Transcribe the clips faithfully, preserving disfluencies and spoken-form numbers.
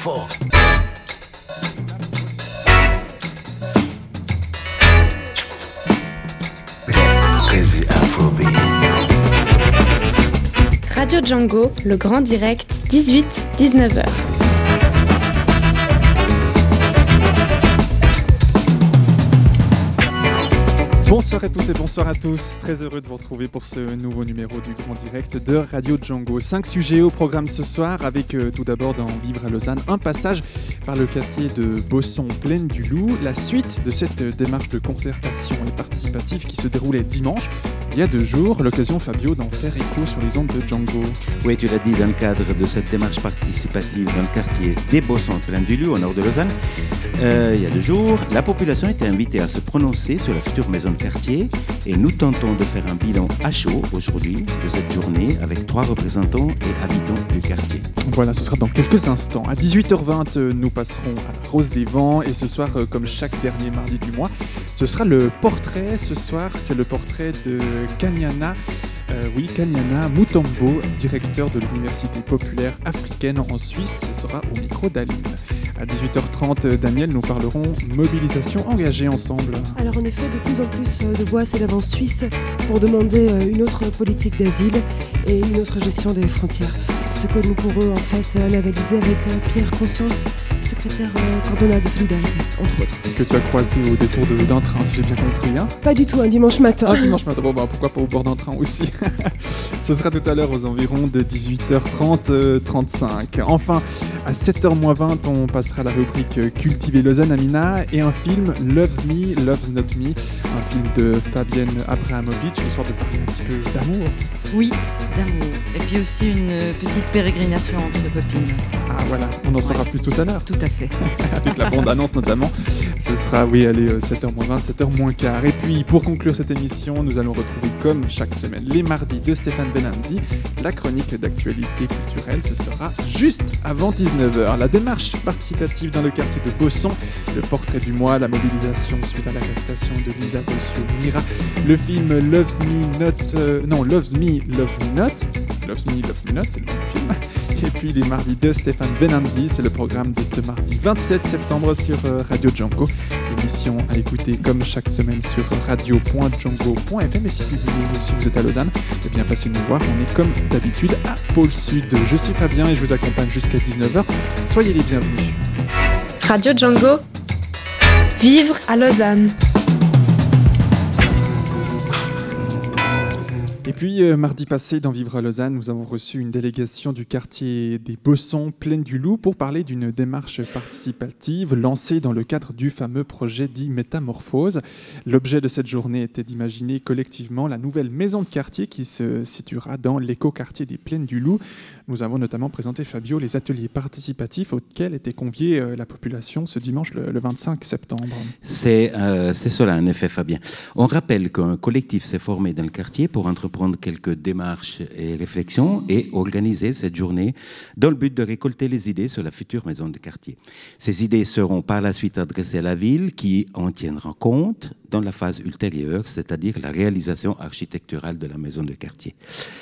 Info. Crazy Afrobeat. Radio Django, le grand direct, dix-huit à dix-neuf heures. Bonsoir à toutes et bonsoir à tous, très heureux de vous retrouver pour ce nouveau numéro du Grand Direct de Radio Django. Cinq sujets au programme ce soir avec euh, tout d'abord dans Vivre à Lausanne, un passage par le quartier de Bosson, Plaine du Loup, la suite de cette euh, démarche de concertation et participative qui se déroulait dimanche, il y a deux jours, l'occasion Fabio d'en faire écho sur les ondes de Django. Oui, tu l'as dit, dans le cadre de cette démarche participative dans le quartier des Bossons, Plaine du Loup, au nord de Lausanne, euh, il y a deux jours, la population était invitée à se prononcer sur la future maison de quartier et nous tentons de faire un bilan à chaud aujourd'hui de cette journée avec trois représentants et habitants du quartier. Voilà, ce sera dans quelques instants. À dix-huit heures vingt, nous passerons à la Rose des Vents et ce soir, comme chaque dernier mardi du mois, ce sera le portrait. Ce soir, c'est le portrait de Kanyana, euh, oui, Kanyana Mutombo, directeur de l'Université populaire africaine en Suisse. Ce sera au micro d'Aline. À dix-huit heures trente, Daniel, nous parlerons mobilisation engagée ensemble. Alors en effet, de plus en plus de voix s'élèvent en Suisse pour demander une autre politique d'asile et une autre gestion des frontières. Ce que nous pourrons en fait analyser avec Pierre Conscience, secrétaire cantonal de Solidarité, entre autres. Que tu as croisé au détour de, d'un train, si j'ai bien compris. Hein Pas du tout, un dimanche matin. Ah, dimanche matin, bon bah pourquoi pas au bord d'un train aussi. Ce sera tout à l'heure aux environs de dix-huit heures trente, trente-cinq. Enfin, à sept heures moins vingt, on passera la rubrique Cultiver Lausanne, Amina, et un film Loves Me, Loves Not Me, un film de Fabienne Abrahamovic, histoire de parler un petit peu d'amour. Oui, d'amour. Et puis aussi une petite pérégrination entre copines. Ah voilà, on en ouais. saura plus tout à l'heure. Tout à fait. Avec la bande-annonce notamment. Ce sera, oui, allez, sept heures moins vingt, sept heures moins quart. Et puis, pour conclure cette émission, nous allons retrouver, comme chaque semaine, les mardis de Stéphane Benanzi, la chronique d'actualité culturelle. Ce sera juste avant dix-neuf heures. La démarche participative dans le quartier de Bosson, le portrait du mois, la mobilisation suite à l'arrestation de Lisa Bossio-Mira, le film Loves Me Not... Euh, non, Loves Me, Loves Me Not. Loves Me, Love Me Not, c'est le nom du film. Et puis les mardis de Stéphane Benanzi, c'est le programme de ce mardi vingt-sept septembre sur Radio Django. Émission à écouter comme chaque semaine sur radio point django point f m. Et si vous, si vous êtes à Lausanne, eh bien passez nous voir. On est comme d'habitude à Pôle Sud. Je suis Fabien et je vous accompagne jusqu'à dix-neuf heures. Soyez les bienvenus. Radio Django, vivre à Lausanne. Et puis, euh, mardi passé, dans Vivre à Lausanne, nous avons reçu une délégation du quartier des Bossons, Plaine du Loup, pour parler d'une démarche participative lancée dans le cadre du fameux projet dit Métamorphose. L'objet de cette journée était d'imaginer collectivement la nouvelle maison de quartier qui se situera dans l'éco-quartier des Plaines du Loup. Nous avons notamment présenté, Fabio, les ateliers participatifs auxquels était conviée euh, la population ce dimanche, le, le vingt-cinq septembre. C'est, euh, c'est cela, en effet, Fabien. On rappelle qu'un collectif s'est formé dans le quartier pour entreprendre prendre quelques démarches et réflexions et organiser cette journée dans le but de récolter les idées sur la future maison de quartier. Ces idées seront par la suite adressées à la ville qui en tiendra compte dans la phase ultérieure, c'est-à-dire la réalisation architecturale de la maison de quartier.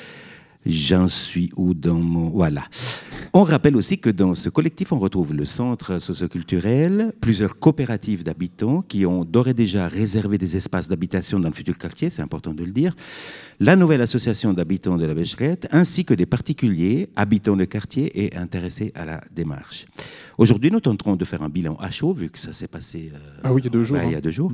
J'en suis où dans mon... Voilà. On rappelle aussi que dans ce collectif, on retrouve le centre socioculturel, plusieurs coopératives d'habitants qui ont d'ores et déjà réservé des espaces d'habitation dans le futur quartier, c'est important de le dire, la nouvelle association d'habitants de la Becherette, ainsi que des particuliers, habitants de quartier et intéressés à la démarche. Aujourd'hui, nous tenterons de faire un bilan à chaud, vu que ça s'est passé... Euh, ah oui, il y a deux jours. Bah, hein. Il y a deux jours. Mmh.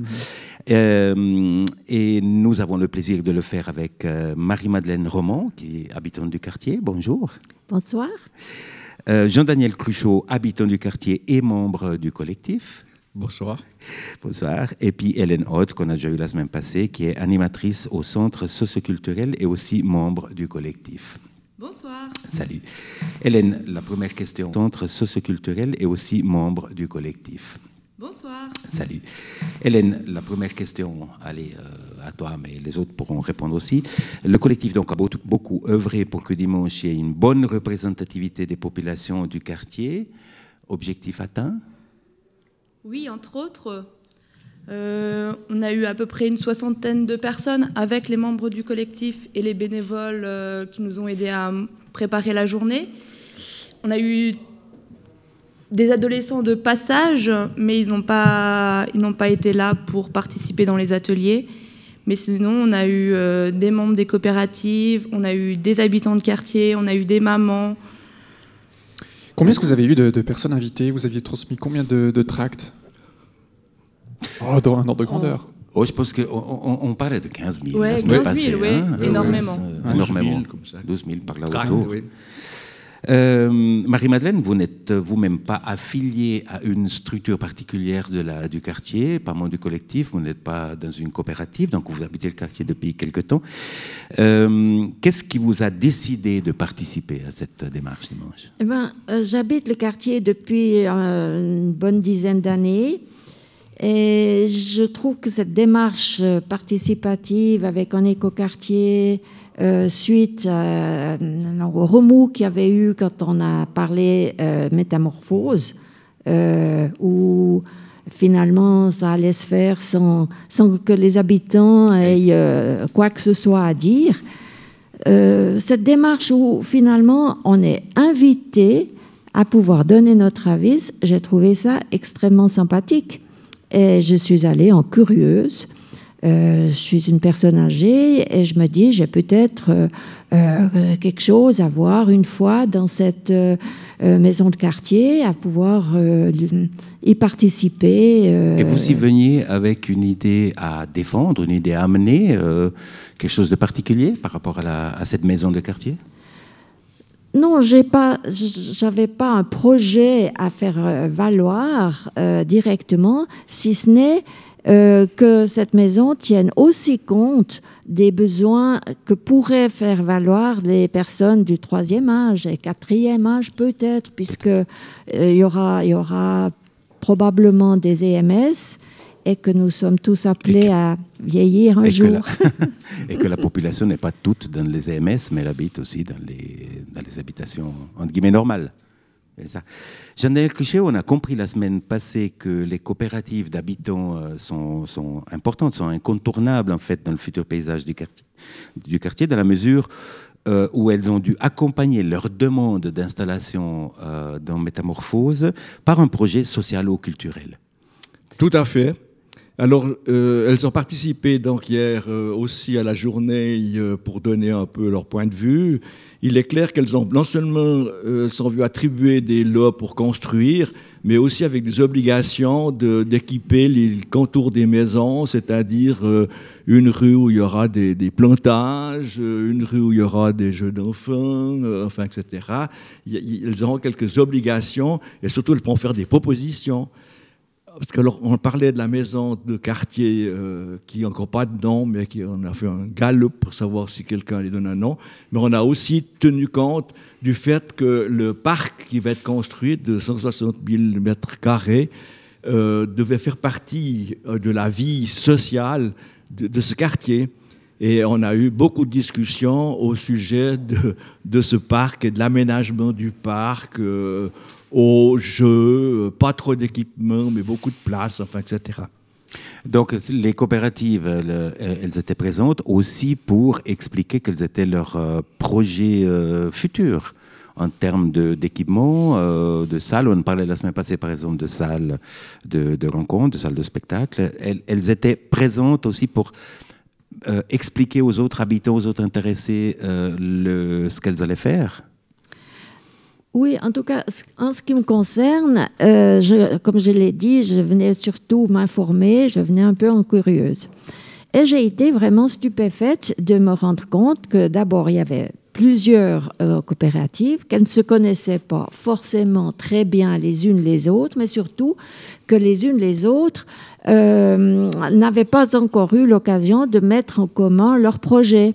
Euh, et nous avons le plaisir de le faire avec euh, Marie-Madeleine Roman, qui est habitante du quartier. Bonjour. Bonsoir. Euh, Jean-Daniel Cruchot, habitant du quartier et membre du collectif. Bonsoir. Bonsoir. Et puis Hélène Haute, qu'on a déjà eu la semaine passée, qui est animatrice au centre socioculturel et aussi membre du collectif. Bonsoir. Salut. Hélène, la première question. Centre socioculturel et aussi membre du collectif. Bonsoir. Salut. Hélène, la première question, allez, euh, à toi, mais les autres pourront répondre aussi. Le collectif donc, a beaucoup œuvré pour que dimanche, il y ait une bonne représentativité des populations du quartier. Objectif atteint ? Oui, entre autres. Euh, on a eu à peu près une soixantaine de personnes avec les membres du collectif et les bénévoles euh, qui nous ont aidés à préparer la journée. On a eu des adolescents de passage, mais ils n'ont pas, ils n'ont pas été là pour participer dans les ateliers. Mais sinon, on a eu euh, des membres des coopératives, on a eu des habitants de quartier, on a eu des mamans. Combien est-ce que vous avez eu de, de personnes invitées? Vous aviez transmis combien de, de tracts? Oh, dans un ordre de grandeur. Oh, je pense qu'on on, on parlait de quinze mille. Oui, quinze mille, oui, hein, énormément. Euh, énormément, comme ça. douze mille par là Tract, autour. Oui. Euh, Marie-Madeleine, vous n'êtes vous-même pas affiliée à une structure particulière de la, du quartier, pas membre du collectif, vous n'êtes pas dans une coopérative, donc vous habitez le quartier depuis quelque temps. Euh, qu'est-ce qui vous a décidé de participer à cette démarche dimanche? Eh ben, euh, j'habite le quartier depuis euh, une bonne dizaine d'années. Et je trouve que cette démarche participative avec un écoquartier, euh, suite à, au remous qu'il y avait eu quand on a parlé euh, métamorphose, euh, où finalement ça allait se faire sans, sans que les habitants aient euh, quoi que ce soit à dire. Euh, cette démarche où finalement on est invité à pouvoir donner notre avis, j'ai trouvé ça extrêmement sympathique. Et je suis allée en curieuse. Euh, je suis une personne âgée et je me dis, j'ai peut-être euh, euh, quelque chose à voir une fois dans cette euh, maison de quartier, à pouvoir euh, y participer. Euh. Et vous y veniez avec une idée à défendre, une idée à amener, euh, quelque chose de particulier par rapport à, la, à cette maison de quartier? Non, j'ai pas, j'avais pas un projet à faire valoir euh, directement, si ce n'est euh, que cette maison tienne aussi compte des besoins que pourraient faire valoir les personnes du troisième âge et quatrième âge peut-être, puisque euh, il y aura, il y aura probablement des E M S. Et que nous sommes tous appelés que, à vieillir un et jour. Que la, et que la population n'est pas toute dans les E M S, mais elle habite aussi dans les, dans les habitations, entre guillemets, normales. Jean-Daniel Cruchet, on a compris la semaine passée que les coopératives d'habitants sont, sont importantes, sont incontournables, en fait, dans le futur paysage du quartier, du quartier dans la mesure euh, où elles ont dû accompagner leur demande d'installation euh, dans Métamorphose par un projet socialo-culturel. Tout à fait. Alors, euh, elles ont participé donc hier euh, aussi à la journée euh, pour donner un peu leur point de vue. Il est clair qu'elles ont non seulement euh, sont vues attribuer des lots pour construire, mais aussi avec des obligations de, d'équiper les contours des maisons, c'est-à-dire euh, une rue où il y aura des, des plantages, une rue où il y aura des jeux d'enfants, euh, enfin, et cetera. Elles auront quelques obligations et surtout elles pourront faire des propositions. Parce qu'on parlait de la maison de quartier euh, qui n'a encore pas de nom, mais qui, on a fait un galop pour savoir si quelqu'un allait donner un nom. Mais on a aussi tenu compte du fait que le parc qui va être construit de cent soixante mille mètres carrés euh, devait faire partie de la vie sociale de, de ce quartier. Et on a eu beaucoup de discussions au sujet de, de ce parc et de l'aménagement du parc, euh, aux jeux, pas trop d'équipement, mais beaucoup de place, enfin, et cetera. Donc, les coopératives, elles, elles étaient présentes aussi pour expliquer quels étaient leurs euh, projets euh, futurs en termes de, d'équipement, euh, de salles. On parlait la semaine passée, par exemple, de salles de, de rencontres, de salles de spectacle. Elles, elles étaient présentes aussi pour euh, expliquer aux autres habitants, aux autres intéressés, euh, le, ce qu'elles allaient faire. Oui, en tout cas, en ce qui me concerne, euh, je, comme je l'ai dit, je venais surtout m'informer, je venais un peu en curieuse. Et j'ai été vraiment stupéfaite de me rendre compte que d'abord, il y avait plusieurs euh, coopératives, qu'elles ne se connaissaient pas forcément très bien les unes les autres, mais surtout que les unes les autres euh, n'avaient pas encore eu l'occasion de mettre en commun leurs projets.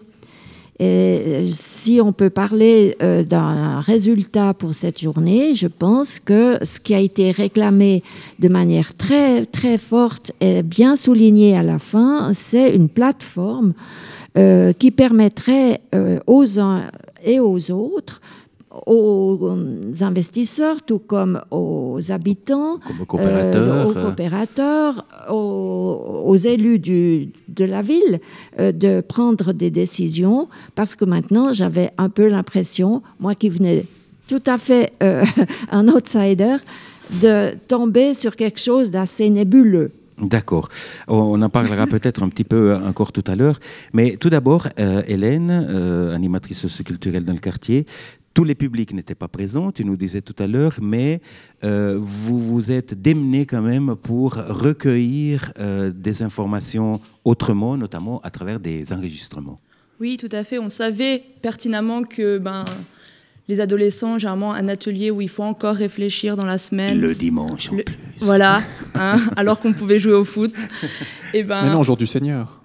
Et si on peut parler euh, d'un résultat pour cette journée, je pense que ce qui a été réclamé de manière très, très forte et bien souligné à la fin, c'est une plateforme euh, qui permettrait euh, aux uns et aux autres, aux investisseurs, tout comme aux habitants, comme aux coopérateurs, euh, aux, coopérateurs aux, aux élus du, de la ville, euh, de prendre des décisions, parce que maintenant, j'avais un peu l'impression, moi qui venais tout à fait euh, un outsider, de tomber sur quelque chose d'assez nébuleux. D'accord. On en parlera peut-être un petit peu encore tout à l'heure. Mais tout d'abord, euh, Hélène, euh, animatrice socioculturelle dans le quartier, tous les publics n'étaient pas présents, tu nous disais tout à l'heure, mais euh, vous vous êtes démenés quand même pour recueillir euh, des informations autrement, notamment à travers des enregistrements. Oui, tout à fait. On savait pertinemment que ben, les adolescents, généralement, un atelier où il faut encore réfléchir dans la semaine. Le dimanche en le... plus. Voilà, hein, alors qu'on pouvait jouer au foot. Et ben... Mais non, jour du Seigneur.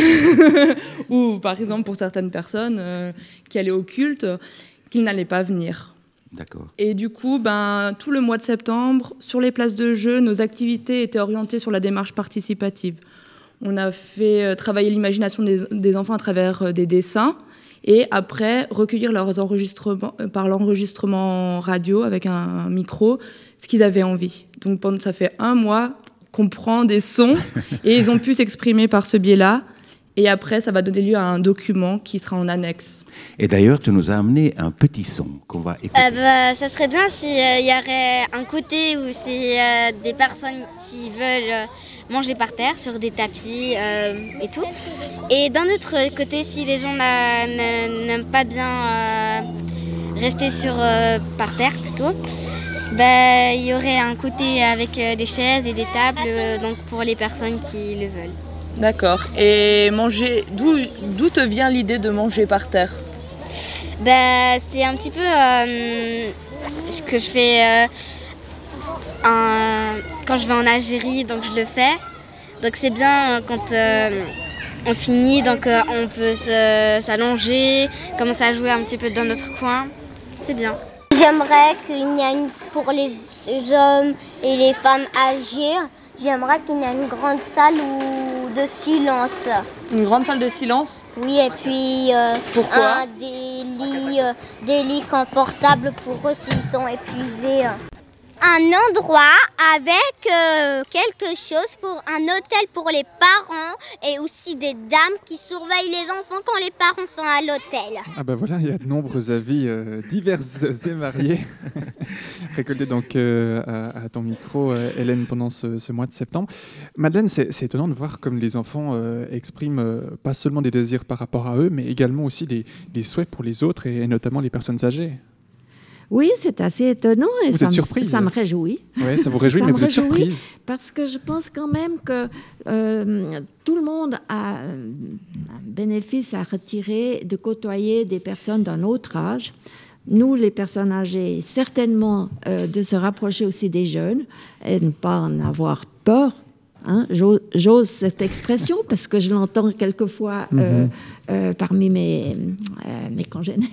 Ou par exemple pour certaines personnes euh, qui allaient au culte, qu'ils n'allaient pas venir. D'accord. Et du coup, ben, tout le mois de septembre, sur les places de jeu, nos activités étaient orientées sur la démarche participative. On a fait euh, travailler l'imagination des, des enfants à travers euh, des dessins et après recueillir leurs enregistrements euh, par l'enregistrement radio avec un, un micro, ce qu'ils avaient envie. Donc pendant, ça fait un mois qu'on prend des sons et ils ont pu s'exprimer par ce biais-là. Et après, ça va donner lieu à un document qui sera en annexe. Et d'ailleurs, tu nous as amené un petit son qu'on va écouter. Euh, bah, ça serait bien s'il euh, y aurait un côté où c'est euh, des personnes qui veulent euh, manger par terre, sur des tapis euh, et tout. Et d'un autre côté, si les gens n'aiment pas bien euh, rester sur, euh, par terre plutôt, bah, il y aurait un côté avec euh, des chaises et des tables euh, donc pour les personnes qui le veulent. D'accord. Et manger, d'où, d'où te vient l'idée de manger par terre ? Ben, c'est un petit peu euh, ce que je fais euh, un, quand je vais en Algérie, donc je le fais. Donc c'est bien quand euh, on finit, donc euh, on peut se, s'allonger, commencer à jouer un petit peu dans notre coin. C'est bien. J'aimerais qu'il y ait une, pour les hommes et les femmes âgées, j'aimerais qu'il y ait une grande salle où, de silence. Une grande salle de silence ? Oui, et puis euh, Pourquoi un, des, lits, euh, des lits confortables pour eux s'ils sont épuisés. Un endroit avec euh, quelque chose pour un hôtel pour les parents et aussi des dames qui surveillent les enfants quand les parents sont à l'hôtel. Ah ben voilà, il y a de nombreux avis euh, divers et variés récoltés donc euh, à, à ton micro, euh, Hélène, pendant ce, ce mois de septembre. Madeleine, c'est, c'est étonnant de voir comme les enfants euh, expriment euh, pas seulement des désirs par rapport à eux, mais également aussi des, des souhaits pour les autres et, et notamment les personnes âgées. Oui, c'est assez étonnant et vous ça, êtes me, surprise. ça me réjouit. Oui, ça vous réjouit, ça mais me vous êtes réjouit surprise. Parce que je pense quand même que euh, tout le monde a un bénéfice à retirer de côtoyer des personnes d'un autre âge. Nous, les personnes âgées, certainement euh, de se rapprocher aussi des jeunes et ne pas en avoir peur. Hein, j'ose, j'ose cette expression parce que je l'entends quelquefois euh, mm-hmm. euh, parmi mes, euh, mes congénères.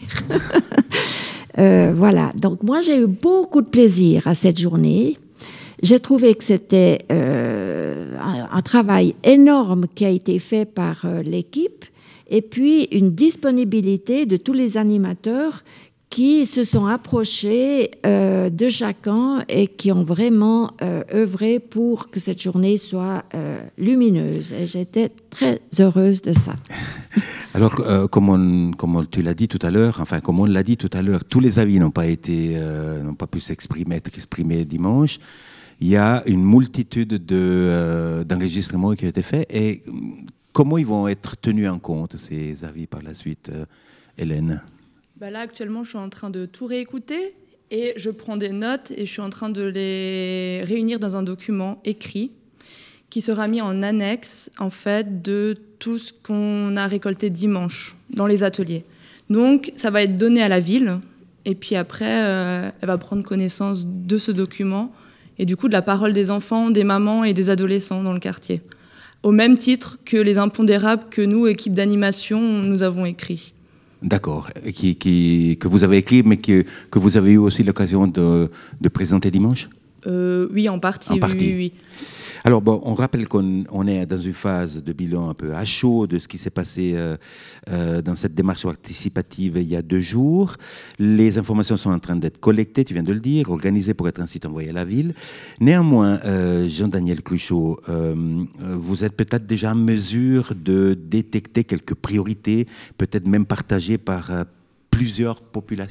Euh, voilà, donc moi j'ai eu beaucoup de plaisir à cette journée. J'ai trouvé que c'était euh, un, un travail énorme qui a été fait par euh, l'équipe et puis une disponibilité de tous les animateurs qui se sont approchés euh, de chacun et qui ont vraiment euh, œuvré pour que cette journée soit euh, lumineuse. Et j'étais très heureuse de ça. Alors, euh, comme, on, comme tu l'as dit tout à l'heure, enfin, comme on l'a dit tout à l'heure, tous les avis n'ont pas été, euh, n'ont pas pu s'exprimer, être exprimés dimanche. Il y a une multitude de, euh, d'enregistrements qui ont été faits. Et comment ils vont être tenus en compte, ces avis, par la suite, euh, Hélène ? Bah là, actuellement, je suis en train de tout réécouter et je prends des notes et je suis en train de les réunir dans un document écrit qui sera mis en annexe, en fait, de tout ce qu'on a récolté dimanche dans les ateliers. Donc, ça va être donné à la ville et puis après, euh, elle va prendre connaissance de ce document et du coup de la parole des enfants, des mamans et des adolescents dans le quartier. Au même titre que les impondérables que nous, équipe d'animation, nous avons écrits. D'accord, qui, qui, que vous avez écrit, mais que, que vous avez eu aussi l'occasion de, de présenter dimanche ? euh, Oui, en partie. En oui, partie. Oui, oui. Alors, bon, on rappelle qu'on on est dans une phase de bilan un peu à chaud de ce qui s'est passé euh, euh, dans cette démarche participative il y a deux jours. Les informations sont en train d'être collectées, tu viens de le dire, organisées pour être ensuite envoyées à la ville. Néanmoins, euh, Jean-Daniel Cruchot, euh, vous êtes peut-être déjà en mesure de détecter quelques priorités, peut-être même partagées par euh, plusieurs populations ?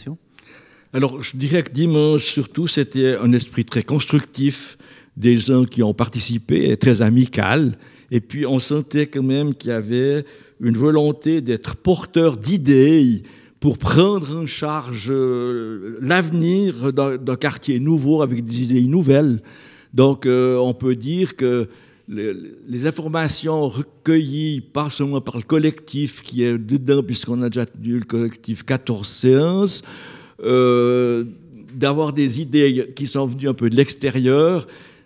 Alors, je dirais que dimanche, surtout, c'était un esprit très constructif des gens qui ont participé, et très amical. Et puis, on sentait quand même qu'il y avait une volonté d'être porteur d'idées pour prendre en charge euh, l'avenir d'un, d'un quartier nouveau avec des idées nouvelles. Donc, euh, on peut dire que les, les informations recueillies, pas seulement par le collectif qui est dedans, puisqu'on a déjà tenu le collectif quatorze séances, euh, d'avoir des idées qui sont venues un peu de l'extérieur.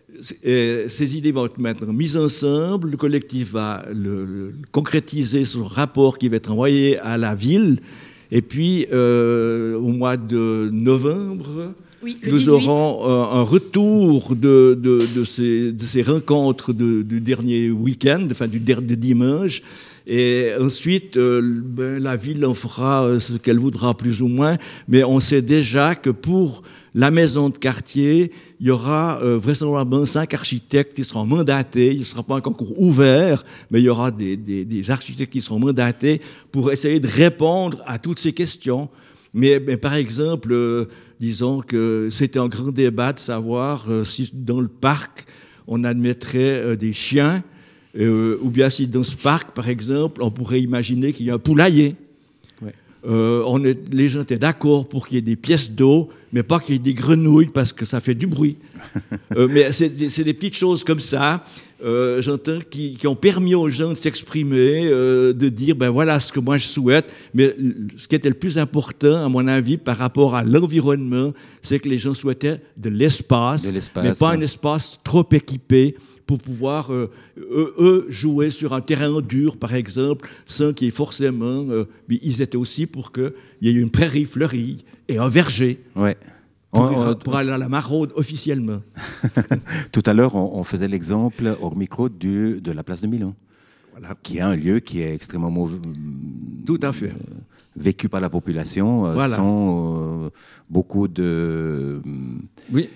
Et ces idées vont être maintenant mises ensemble. Le collectif va le, le, concrétiser son rapport qui va être envoyé à la ville. Et puis, euh, au mois de novembre, oui, nous dix-huit aurons un, un retour de, de, de, ces, de ces rencontres de, du dernier week-end, enfin du dernier dimanche. Et ensuite, euh, ben, la ville en fera ce qu'elle voudra plus ou moins. Mais on sait déjà que pour la maison de quartier, il y aura euh, vraisemblablement cinq architectes qui seront mandatés. Il ne sera pas un concours ouvert, mais il y aura des, des, des architectes qui seront mandatés pour essayer de répondre à toutes ces questions. Mais, mais par exemple, euh, disons que c'était un grand débat de savoir euh, si dans le parc, on admettrait euh, des chiens, euh, ou bien si dans ce parc, par exemple, on pourrait imaginer qu'il y a un poulailler. Ouais. Euh, on est, les gens étaient d'accord pour qu'il y ait des pièces d'eau, mais pas qu'il y ait des grenouilles parce que ça fait du bruit. euh, mais c'est, c'est des petites choses comme ça, euh, j'entends, qui, qui ont permis aux gens de s'exprimer, euh, de dire, ben voilà ce que moi je souhaite. Mais ce qui était le plus important, à mon avis, par rapport à l'environnement, c'est que les gens souhaitaient de l'espace, de l'espace mais pas hein. un espace trop équipé pour pouvoir, euh, eux, eux, jouer sur un terrain dur, par exemple, sans qu'il y ait forcément... Euh, mais ils étaient aussi pour qu'il y ait une prairie fleurie et un verger. Ouais. Pour, on, on, pour aller à la maraude officiellement. Tout à l'heure, on, on faisait l'exemple hors micro du, de la place de Milan, voilà. Qui est un lieu qui est extrêmement mauvais, Tout à fait. Euh, vécu par la population, euh, voilà. sans euh, beaucoup de... Oui.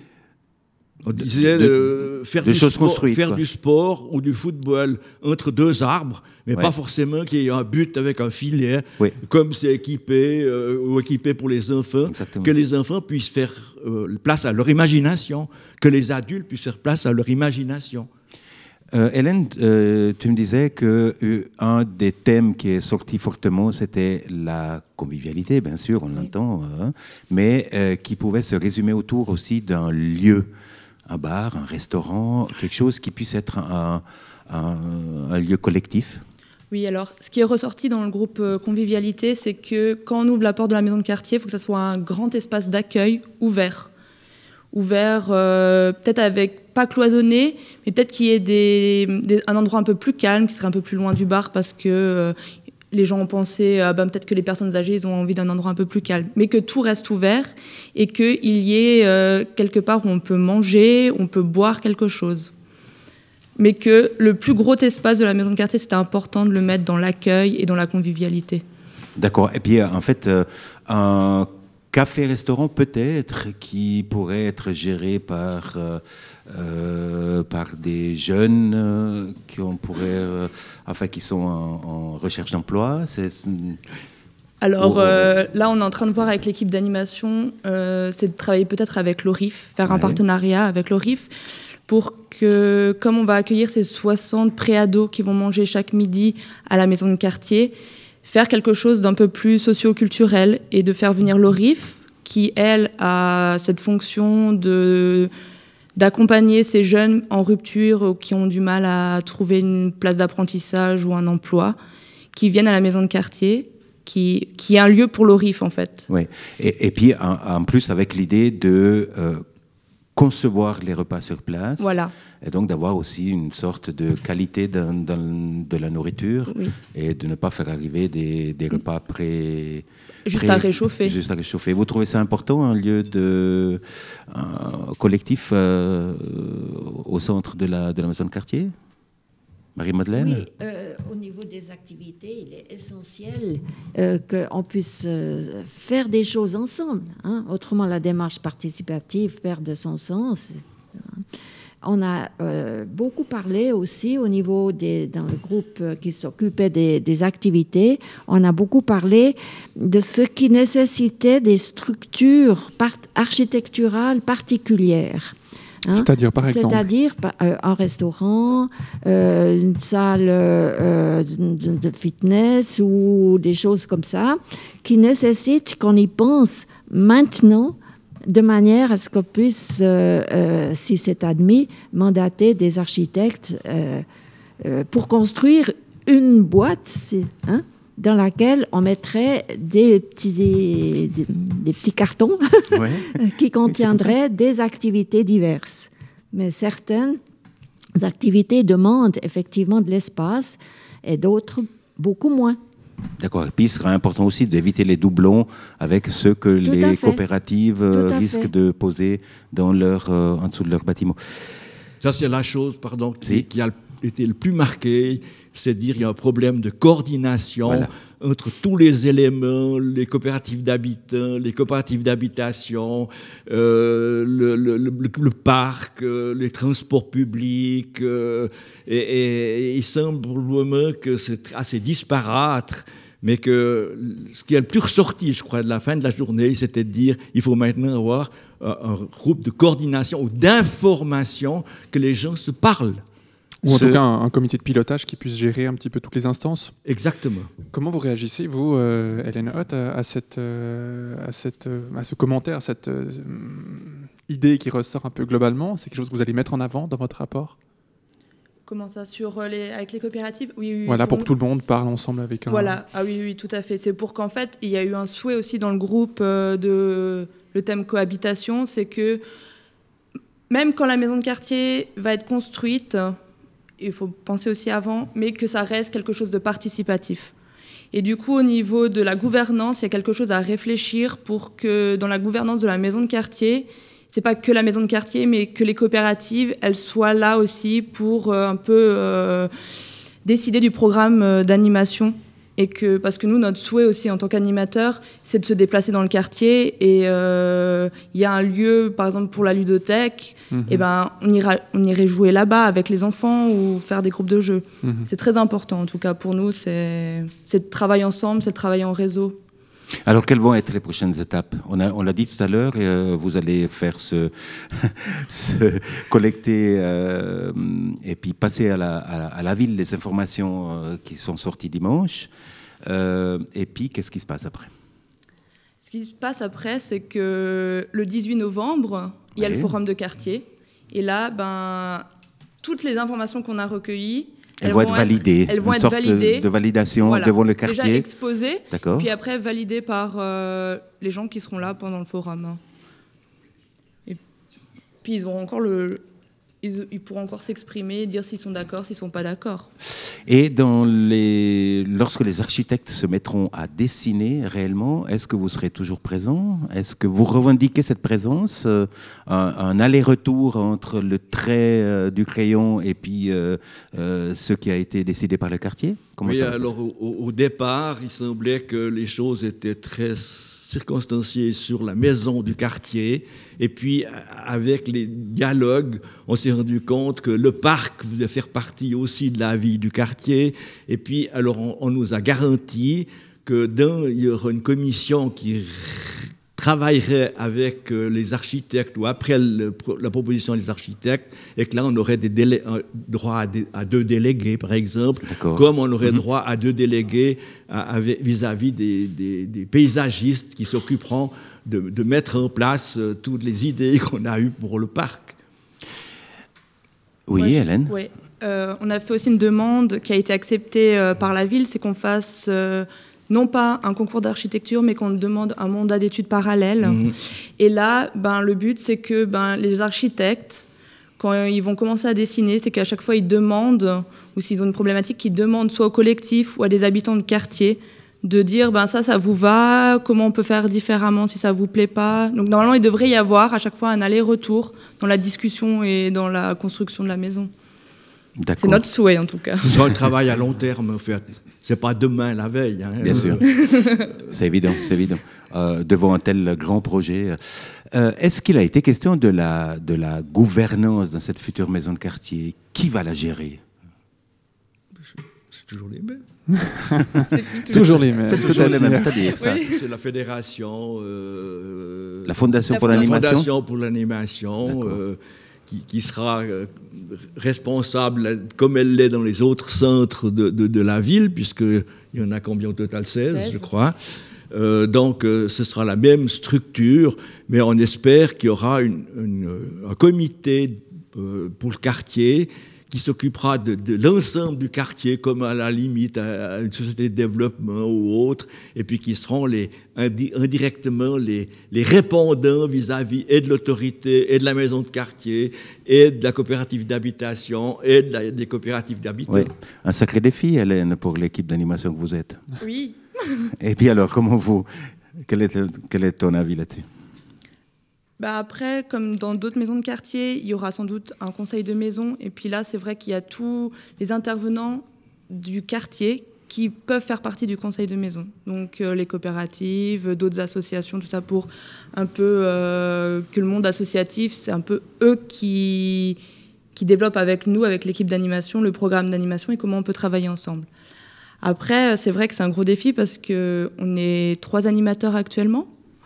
On disait de, de, faire, de du, sport, faire du sport ou du football entre deux arbres, mais ouais. pas forcément qu'il y ait un but avec un filet, oui. comme c'est équipé euh, ou équipé pour les enfants. Exactement. Que les enfants puissent faire euh, place à leur imagination, que les adultes puissent faire place à leur imagination. Euh, Hélène, euh, tu me disais qu'un euh, des thèmes qui est sorti fortement, c'était la convivialité, bien sûr, on oui. l'entend, hein, mais euh, qui pouvait se résumer autour aussi d'un lieu. Un bar, un restaurant, quelque chose qui puisse être un, un, un lieu collectif. Oui, alors, ce qui est ressorti dans le groupe euh, Convivialité, c'est que quand on ouvre la porte de la maison de quartier, il faut que ce soit un grand espace d'accueil ouvert. Ouvert, euh, peut-être avec, pas cloisonné, mais peut-être qu'il y ait des, des, un endroit un peu plus calme, qui serait un peu plus loin du bar, parce que euh, les gens ont pensé, ah ben, peut-être que les personnes âgées, ils ont envie d'un endroit un peu plus calme. Mais que tout reste ouvert et qu'il y ait euh, quelque part où on peut manger, on peut boire quelque chose. Mais que le plus gros espace de la maison de quartier, c'était important de le mettre dans l'accueil et dans la convivialité. D'accord. Et puis, en fait, euh, un café-restaurant peut-être qui pourrait être géré par... Euh, Euh, par des jeunes euh, qui on pourrait, euh, enfin qui sont en, en recherche d'emploi. C'est, c'est... Alors euh, là, on est en train de voir avec l'équipe d'animation, euh, c'est de travailler peut-être avec l'O R I F, faire ouais. un partenariat avec l'O R I F pour que, comme on va accueillir ces soixante pré-ados qui vont manger chaque midi à la maison de quartier, faire quelque chose d'un peu plus socio-culturel et de faire venir l'O R I F qui, elle, a cette fonction de d'accompagner ces jeunes en rupture ou qui ont du mal à trouver une place d'apprentissage ou un emploi, qui viennent à la maison de quartier, qui, qui est un lieu pour l'O R I F en fait. Oui, et, et puis en, en plus avec l'idée de euh, concevoir les repas sur place, voilà. et donc d'avoir aussi une sorte de qualité dans, dans de la nourriture, oui. et de ne pas faire arriver des, des repas pré... Juste pré, à réchauffer. Juste à réchauffer. Vous trouvez ça important, un lieu de un collectif euh, au centre de la, de la maison de quartier ? Marie-Madeleine ? Oui, euh, au niveau des activités, il est essentiel euh, qu'on puisse euh, faire des choses ensemble. Hein. Autrement, la démarche participative perd de son sens. On a euh, beaucoup parlé aussi au niveau des, dans le groupe qui s'occupait des, des activités, on a beaucoup parlé de ce qui nécessitait des structures part- architecturales particulières. Hein? C'est-à-dire, par exemple C'est-à-dire euh, un restaurant, euh, une salle euh, de, de fitness ou des choses comme ça, qui nécessitent qu'on y pense maintenant, de manière à ce qu'on puisse, euh, euh, si c'est admis, mandater des architectes euh, euh, pour construire une boîte hein, dans laquelle on mettrait des petits, des, des, des petits cartons ouais. qui contiendraient des activités diverses. Mais certaines activités demandent effectivement de l'espace et d'autres beaucoup moins. D'accord. Et puis, il sera important aussi d'éviter les doublons avec ceux que Tout les coopératives risquent fait. de poser dans leur, euh, en dessous de leur bâtiment. Ça, c'est la chose pardon, qui, si. qui a été le plus marquée, c'est dire qu'il y a un problème de coordination voilà. entre tous les éléments, les coopératives d'habitants, les coopératives d'habitation, euh, le, le, le, le parc, euh, les transports publics. Euh, et, et, et il semble probablement que c'est assez disparate, mais que ce qui est le plus ressorti, je crois, de la fin de la journée, c'était de dire qu'il faut maintenant avoir un, un groupe de coordination ou d'information, que les gens se parlent. Ou en Ce... tout cas un, un comité de pilotage qui puisse gérer un petit peu toutes les instances. Exactement. Comment vous réagissez, vous, euh, Hélène Hoth, à, à, cette, euh, à, cette, euh, à ce commentaire, à cette euh, idée qui ressort un peu globalement? C'est quelque chose que vous allez mettre en avant dans votre rapport? Comment ça, sur les, avec les coopératives? Oui, oui. Voilà, pour, pour que tout le monde parle ensemble avec un... Voilà, ah oui, oui, tout à fait. C'est pour qu'en fait, il y a eu un souhait aussi dans le groupe euh, de le thème cohabitation, c'est que même quand la maison de quartier va être construite, il faut penser aussi avant, mais que ça reste quelque chose de participatif. Et du coup, au niveau de la gouvernance, il y a quelque chose à réfléchir pour que dans la gouvernance de la maison de quartier, c'est pas que la maison de quartier, mais que les coopératives, elles soient là aussi pour euh, un peu euh, décider du programme euh, d'animation. Et que, parce que nous, notre souhait aussi en tant qu'animateur, c'est de se déplacer dans le quartier. Et il euh, y a un lieu, par exemple, pour la ludothèque, mmh. et ben, on, ira, on irait jouer là-bas avec les enfants ou faire des groupes de jeux. Mmh. C'est très important, en tout cas, pour nous. C'est, c'est de travailler ensemble, c'est de travailler en réseau. Alors, quelles vont être les prochaines étapes? On, a, on l'a dit tout à l'heure, euh, vous allez faire ce, ce collecter euh, et puis passer à la, à, à la ville les informations euh, qui sont sorties dimanche. Euh, et puis, qu'est-ce qui se passe après? Ce qui se passe après, c'est que le dix-huit novembre, il y a oui. le forum de quartier. Et là, ben, toutes les informations qu'on a recueillies, Elles, elles vont être validées, elles vont une être sorte validées. de validation voilà. devant le quartier. Déjà exposées, D'accord. puis après validées par euh, les gens qui seront là pendant le forum. Et puis ils auront encore le, ils, ils pourront encore s'exprimer, dire s'ils sont d'accord, s'ils sont pas d'accord. Et dans les, lorsque les architectes se mettront à dessiner réellement, est-ce que vous serez toujours présent? Est-ce que vous revendiquez cette présence, euh, un, un aller-retour entre le trait euh, du crayon et puis euh, euh, ce qui a été décidé par le quartier? Comment oui, ça alors au, au départ, il semblait que les choses étaient très circonstanciées sur la maison du quartier. Et puis, avec les dialogues, on s'est rendu compte que le parc voulait faire partie aussi de la vie du quartier. Et puis, alors, on, on nous a garanti que dans, il y aura une commission qui travaillerait avec les architectes ou après le, la proposition des architectes, et que là, on aurait des délai, un, droit à, des, à deux délégués, par exemple, D'accord. comme on aurait mmh. droit à deux délégués à, à, vis-à-vis des, des, des paysagistes qui s'occuperont de, de mettre en place euh, toutes les idées qu'on a eues pour le parc. Oui, Moi, Hélène Oui. Euh, on a fait aussi une demande qui a été acceptée euh, par la ville, c'est qu'on fasse... Euh, non pas un concours d'architecture, mais qu'on demande un mandat d'études parallèle. Mmh. Et là, ben, le but, c'est que ben, les architectes, quand ils vont commencer à dessiner, c'est qu'à chaque fois, ils demandent, ou s'ils ont une problématique, ils demandent soit au collectif ou à des habitants de quartier de dire ben, ça, ça vous va, comment on peut faire différemment si ça ne vous plaît pas. Donc normalement, il devrait y avoir à chaque fois un aller-retour dans la discussion et dans la construction de la maison. C'est notre souhait, en tout cas. C'est un travail à long terme, en fait. C'est pas demain, la veille. Hein. Bien sûr. C'est évident, c'est évident. Euh, devant un tel grand projet. Euh, est-ce qu'il a été question de la, de la gouvernance dans cette future maison de quartier? Qui va la gérer? C'est toujours les mêmes. C'est toujours les mêmes. C'est toujours les mêmes, c'est-à-dire ça. Oui. C'est la fédération. Euh, la Fondation la pour l'animation. La Fondation pour l'animation. Euh, qui, qui sera euh, responsable, comme elle l'est dans les autres centres de, de, de la ville, puisqu'il y en a combien au total? seize, seize. Je crois. Euh, donc, euh, ce sera la même structure, mais on espère qu'il y aura une, une, un comité euh, pour le quartier qui s'occupera de, de l'ensemble du quartier, comme à la limite à une société de développement ou autre, et puis qui seront les, indi, indirectement les, les répondants vis-à-vis et de l'autorité, et de la maison de quartier, et de la coopérative d'habitation, et de la, des coopératives d'habitants. Oui. Un sacré défi, Hélène, pour l'équipe d'animation que vous êtes. Oui. Et puis alors, comment vous, quel est, quel est ton avis là-dessus? Bah après, comme dans d'autres maisons de quartier, il y aura sans doute un conseil de maison. Et puis là, c'est vrai qu'il y a tous les intervenants du quartier qui peuvent faire partie du conseil de maison. Donc euh, les coopératives, d'autres associations, tout ça pour un peu euh, que le monde associatif, c'est un peu eux qui, qui développent avec nous, avec l'équipe d'animation, le programme d'animation et comment on peut travailler ensemble. Après, c'est vrai que c'est un gros défi parce qu'on est trois animateurs actuellement.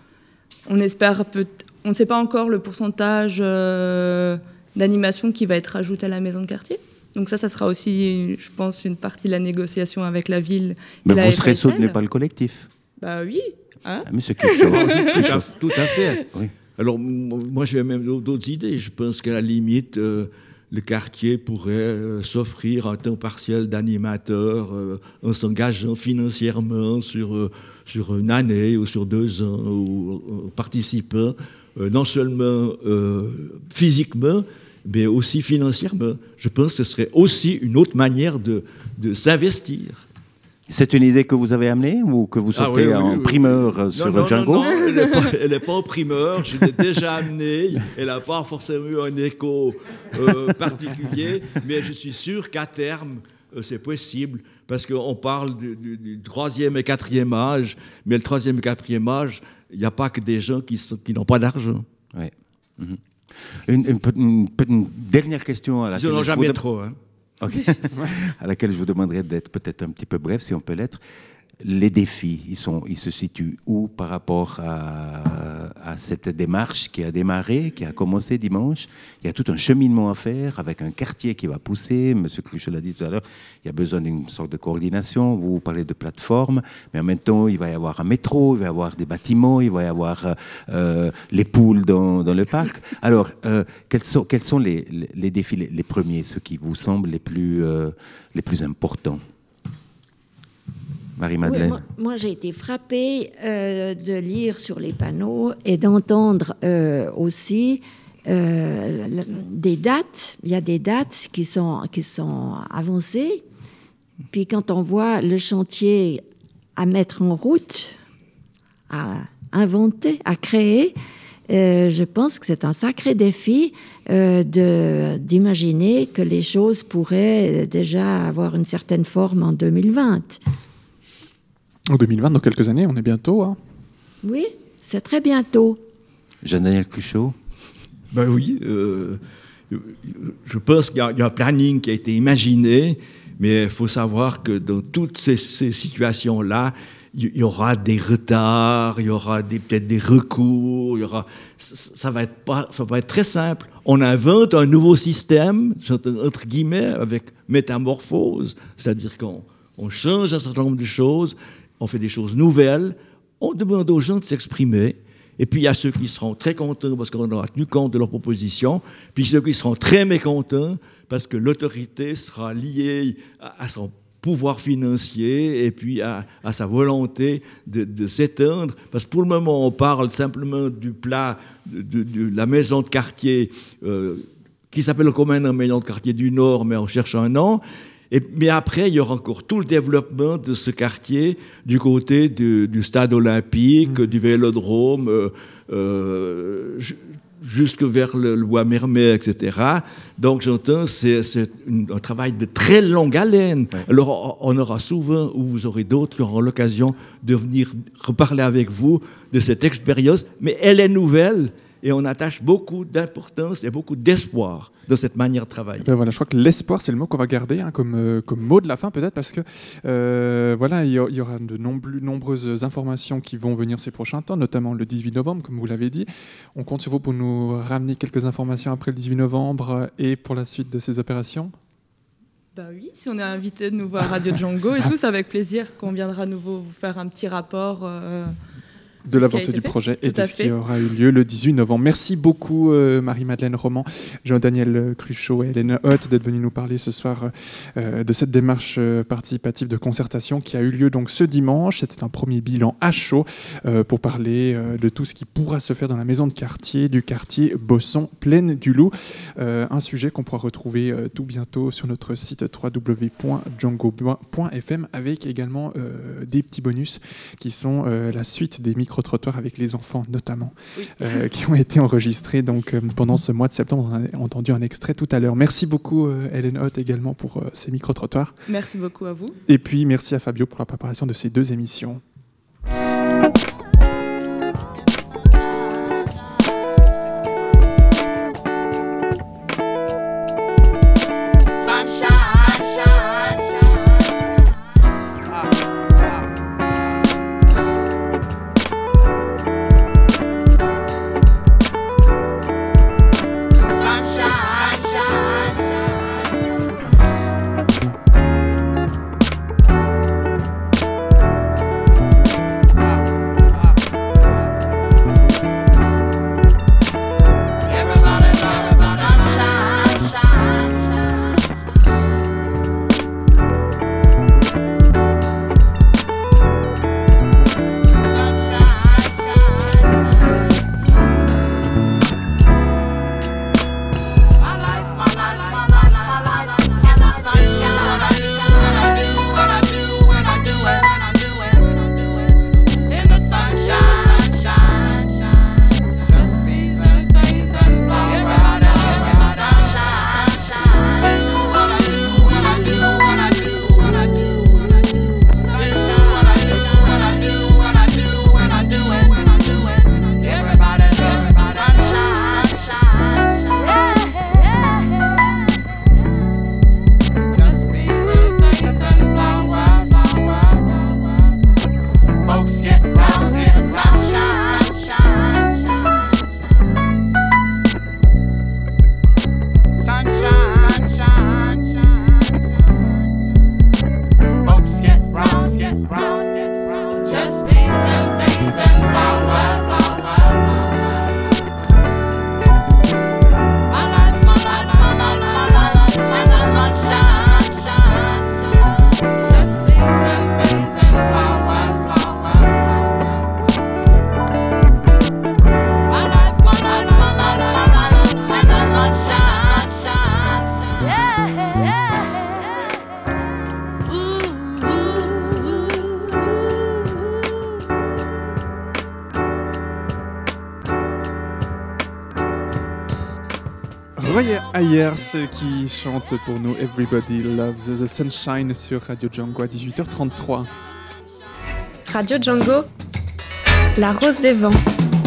On espère peut-être... On ne sait pas encore le pourcentage euh, d'animation qui va être ajouté à la maison de quartier. Donc ça, ça sera aussi, je pense, une partie de la négociation avec la ville. Mais et vous la serez F S L. soutenu par le collectif? Bah oui. Hein ah, Monsieur Cuchot. tout, à, tout à fait. Oui. Alors, moi, j'ai même d'autres idées. Je pense qu'à la limite, euh, le quartier pourrait euh, s'offrir un temps partiel d'animateur euh, en s'engageant financièrement sur, euh, sur une année ou sur deux ans, ou en participant euh, non seulement euh, physiquement, mais aussi financièrement. Je pense que ce serait aussi une autre manière de, de s'investir. C'est une idée que vous avez amenée ou que vous sortez ah, oui, oui, en oui, primeur oui. sur non, Django? Non, non, elle n'est pas, pas en primeur, je l'ai déjà amenée, elle n'a pas forcément eu un écho euh, particulier, mais je suis sûr qu'à terme, euh, c'est possible, parce qu'on parle du, du, du troisième et quatrième âge, mais le troisième et quatrième âge, il n'y a pas que des gens qui, sont, qui n'ont pas d'argent. Oui. Mm-hmm. Une, une, une, une dernière question à laquelle ils n'en ont je jamais vous... trop. Hein. Okay. à laquelle je vous demanderai d'être peut-être un petit peu bref, si on peut l'être. Les défis, ils, sont, ils se situent où par rapport à, à cette démarche qui a démarré, qui a commencé dimanche? Il y a tout un cheminement à faire avec un quartier qui va pousser. Monsieur Cruchot l'a dit tout à l'heure, il y a besoin d'une sorte de coordination. Vous parlez de plateforme, mais en même temps, il va y avoir un métro, il va y avoir des bâtiments, il va y avoir euh, les poules dans, dans le parc. Alors, euh, quels sont, quels sont les, les, les défis, les, les premiers, ceux qui vous semblent les plus, euh, les plus importants? Marie-Madeleine. Oui, moi, moi, j'ai été frappée euh, de lire sur les panneaux et d'entendre euh, aussi euh, des dates. Il y a des dates qui sont, qui sont avancées. Puis quand on voit le chantier à mettre en route, à inventer, à créer, euh, je pense que c'est un sacré défi euh, de, d'imaginer que les choses pourraient déjà avoir une certaine forme en deux mille vingt. En deux mille vingt, dans quelques années, on est bientôt. Hein. Oui, c'est très bientôt. Jean-Daniel Cuchot. Ben oui, euh, je pense qu'il y a, il y a un planning qui a été imaginé, mais il faut savoir que dans toutes ces, ces situations-là, il y aura des retards, il y aura des, peut-être des recours, il y aura, ça va être pas, ça va être très simple. On invente un nouveau système, entre guillemets, avec métamorphose, c'est-à-dire qu'on on change un certain nombre de choses. On fait des choses nouvelles, on demande aux gens de s'exprimer, et puis il y a ceux qui seront très contents parce qu'on aura tenu compte de leurs propositions, puis ceux qui seront très mécontents parce que l'autorité sera liée à, à son pouvoir financier et puis à, à sa volonté de, de s'éteindre, parce que pour le moment on parle simplement du plat de, de, de la maison de quartier euh, qui s'appelle communément maison de quartier du Nord, mais on cherche un nom. Et, mais après, il y aura encore tout le développement de ce quartier du côté du, du stade olympique, mmh. du vélodrome. Euh, euh, je, jusque vers le, le bois Mermet, et cetera. Donc, j'entends, c'est, c'est une, un travail de très longue haleine. Ouais. Alors, on aura souvent, ou vous aurez d'autres qui auront l'occasion de venir reparler avec vous de cette expérience, mais elle est nouvelle. Et on attache beaucoup d'importance et beaucoup d'espoir de cette manière de travailler. Ben voilà, je crois que l'espoir, c'est le mot qu'on va garder hein, comme, euh, comme mot de la fin peut-être, parce que euh, voilà, il y, y aura de nombl- nombreuses informations qui vont venir ces prochains temps, notamment le dix-huit novembre, comme vous l'avez dit. On compte sur vous pour nous ramener quelques informations après le dix-huit novembre et pour la suite de ces opérations. Bah oui, si on est invité de nouveau à Radio Django et tout, c'est avec plaisir qu'on viendra à nouveau vous faire un petit rapport euh, de l'avancée du projet et de ce qui aura eu lieu le dix-huit novembre. Merci beaucoup euh, Marie-Madeleine Roman, Jean-Daniel Cruchot et Hélène Hoth d'être venus nous parler ce soir euh, de cette démarche euh, participative de concertation qui a eu lieu donc ce dimanche. C'était un premier bilan à chaud euh, pour parler euh, de tout ce qui pourra se faire dans la maison de quartier du quartier Bosson Plaine du Loup. Euh, un sujet qu'on pourra retrouver euh, tout bientôt sur notre site w w w point django point f m avec également euh, des petits bonus qui sont euh, la suite des micro trottoirs avec les enfants notamment, oui. euh, qui ont été enregistrés donc, euh, pendant ce mois de septembre. On a entendu un extrait tout à l'heure. Merci beaucoup euh, Hélène Hoth également pour euh, ces micro-trottoirs. Merci beaucoup à vous. Et puis merci à Fabio pour la préparation de ces deux émissions. Roy Ayers qui chante pour nous Everybody Loves the Sunshine sur Radio Django à dix-huit heures trente-trois. Radio Django, la rose des vents.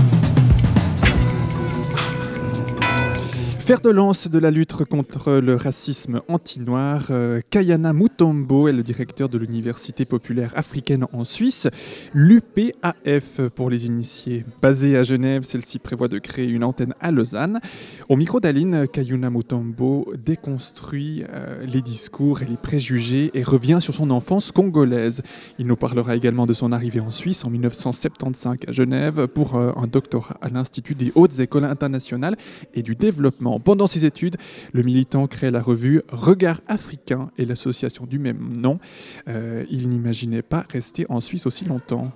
Fer de lance de la lutte contre le racisme anti-noir, euh, Kayana Mutombo est le directeur de l'Université populaire africaine en Suisse, l'U P A F pour les initiés. Basée à Genève, celle-ci prévoit de créer une antenne à Lausanne. Au micro d'Aline, Kayana Mutombo déconstruit euh, les discours et les préjugés et revient sur son enfance congolaise. Il nous parlera également de son arrivée en Suisse en dix-neuf cent soixante-quinze à Genève pour euh, un doctorat à l'Institut des hautes écoles internationales et du développement. Pendant ses études, le militant crée la revue Regard africain et l'association du même nom. Euh, il n'imaginait pas rester en Suisse aussi longtemps.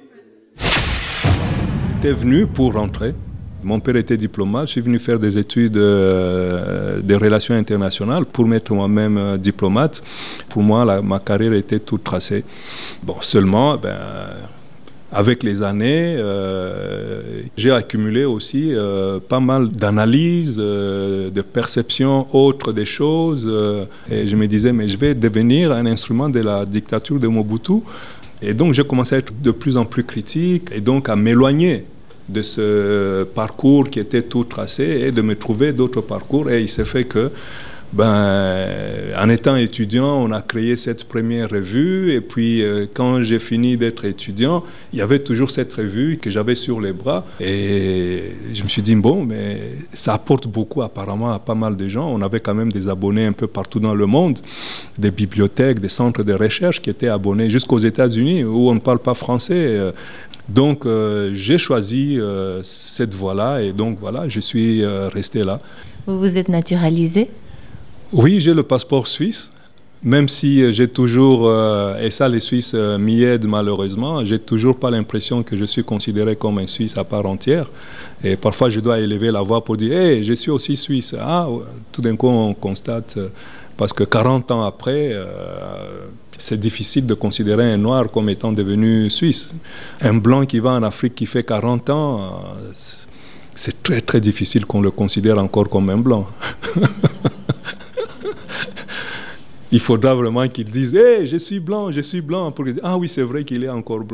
J'étais venu pour rentrer. Mon père était diplomate. Je suis venu faire des études euh, de relations internationales pour m'être moi-même euh, diplomate. Pour moi, la, ma carrière était toute tracée. Bon, seulement, ben, avec les années, euh, j'ai accumulé aussi euh, pas mal d'analyses, euh, de perceptions autres des choses. Euh, et je me disais, mais je vais devenir un instrument de la dictature de Mobutu. Et donc, j'ai commencé à être de plus en plus critique et donc à m'éloigner de ce parcours qui était tout tracé et de me trouver d'autres parcours. Et il s'est fait que, ben, en étant étudiant, on a créé cette première revue. Et puis, euh, quand j'ai fini d'être étudiant, il y avait toujours cette revue que j'avais sur les bras. Et je me suis dit, bon, mais ça apporte beaucoup apparemment à pas mal de gens. On avait quand même des abonnés un peu partout dans le monde, des bibliothèques, des centres de recherche qui étaient abonnés jusqu'aux États-Unis, où on ne parle pas français. Donc, euh, j'ai choisi euh, cette voie-là. Et donc, voilà, je suis euh, resté là. Vous vous êtes naturalisé ? Oui, j'ai le passeport suisse, même si j'ai toujours, euh, et ça les Suisses euh, m'y aident malheureusement, j'ai toujours pas l'impression que je suis considéré comme un Suisse à part entière. Et parfois je dois élever la voix pour dire « Hey, je suis aussi Suisse ». Ah, tout d'un coup on constate, euh, parce que quarante ans après, euh, c'est difficile de considérer un Noir comme étant devenu Suisse. Un Blanc qui va en Afrique qui fait quarante ans, euh, c'est très très difficile qu'on le considère encore comme un Blanc. Il faudra vraiment qu'ils disent « Hey, je suis blanc, je suis blanc » pour dire « Ah oui, c'est vrai qu'il est encore blanc ».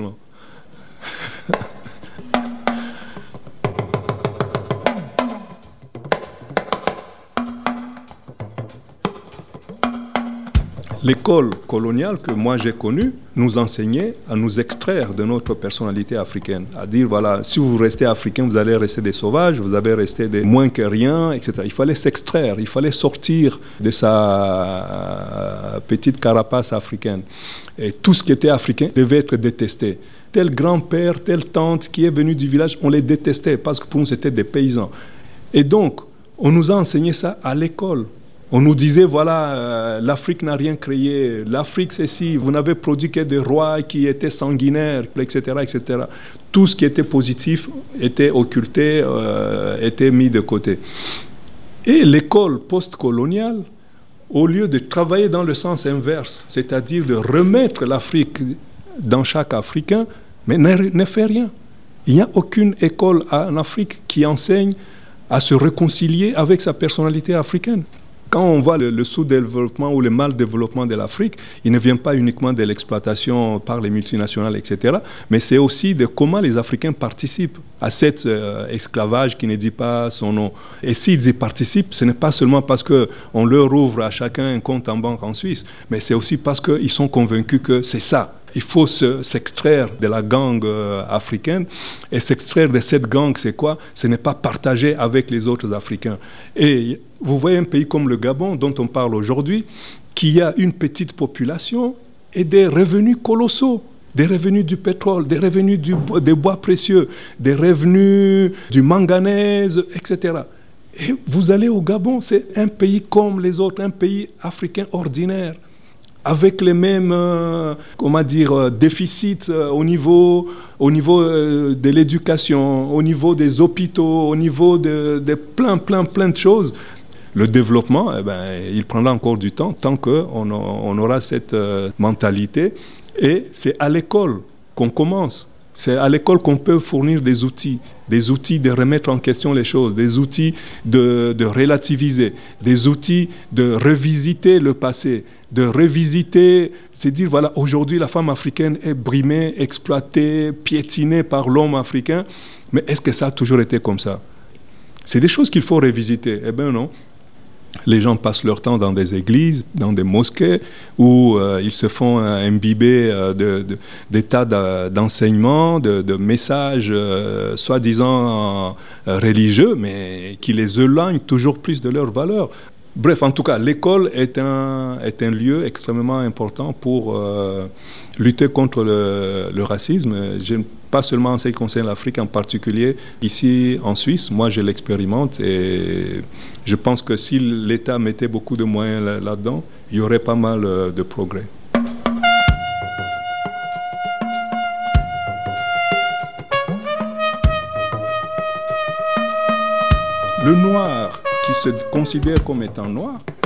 L'école coloniale que moi j'ai connue nous enseignait à nous extraire de notre personnalité africaine, à dire voilà, si vous restez africain, vous allez rester des sauvages, vous allez rester des moins que rien, et cetera. Il fallait s'extraire, il fallait sortir de sa petite carapace africaine. Et tout ce qui était africain devait être détesté. Tel grand-père, telle tante qui est venu du village, on les détestait parce que pour nous c'était des paysans. Et donc, on nous a enseigné ça à l'école. On nous disait, voilà, euh, l'Afrique n'a rien créé, l'Afrique c'est si, vous n'avez produit que des rois qui étaient sanguinaires, et cetera, et cetera. Tout ce qui était positif était occulté, euh, était mis de côté. Et l'école post-coloniale, au lieu de travailler dans le sens inverse, c'est-à-dire de remettre l'Afrique dans chaque Africain, mais ne, ne fait rien. Il n'y a aucune école en Afrique qui enseigne à se réconcilier avec sa personnalité africaine. Quand on voit le, le sous-développement ou le mal-développement de l'Afrique, il ne vient pas uniquement de l'exploitation par les multinationales, et cetera, mais c'est aussi de comment les Africains participent à cet euh, esclavage qui ne dit pas son nom. Et s'ils y participent, ce n'est pas seulement parce qu'on leur ouvre à chacun un compte en banque en Suisse, mais c'est aussi parce qu'ils sont convaincus que c'est ça. Il faut se, s'extraire de la gangue euh, africaine. Et s'extraire de cette gangue, c'est quoi? Ce n'est pas partager avec les autres Africains. Et vous voyez un pays comme le Gabon, dont on parle aujourd'hui, qui a une petite population et des revenus colossaux. Des revenus du pétrole, des revenus du, des bois précieux, des revenus du manganèse, et cetera. Et vous allez au Gabon, c'est un pays comme les autres, un pays africain ordinaire, avec les mêmes, euh, comment dire, euh, déficits euh, au niveau, au niveau euh, de l'éducation, au niveau des hôpitaux, au niveau de, de plein, plein, plein de choses. Le développement, eh ben, il prendra encore du temps, tant qu'on on aura cette euh, mentalité. Et c'est à l'école qu'on commence. C'est à l'école qu'on peut fournir des outils, des outils de remettre en question les choses, des outils de, de relativiser, des outils de revisiter le passé, de revisiter, c'est dire, voilà, aujourd'hui la femme africaine est brimée, exploitée, piétinée par l'homme africain, mais est-ce que ça a toujours été comme ça? C'est des choses qu'il faut revisiter. Eh bien non. Les gens passent leur temps dans des églises, dans des mosquées, où euh, ils se font euh, imbiber euh, de, de, des tas d'enseignements, de, de messages euh, soi-disant euh, religieux, mais qui les éloignent toujours plus de leurs valeurs. Bref, en tout cas, l'école est un, est un lieu extrêmement important pour euh, lutter contre le, le racisme. Je, pas seulement en ce qui concerne l'Afrique en particulier, ici en Suisse, moi je l'expérimente et je pense que si l'État mettait beaucoup de moyens là-dedans, il y aurait pas mal de progrès. Le noir qui se considère comme étant noir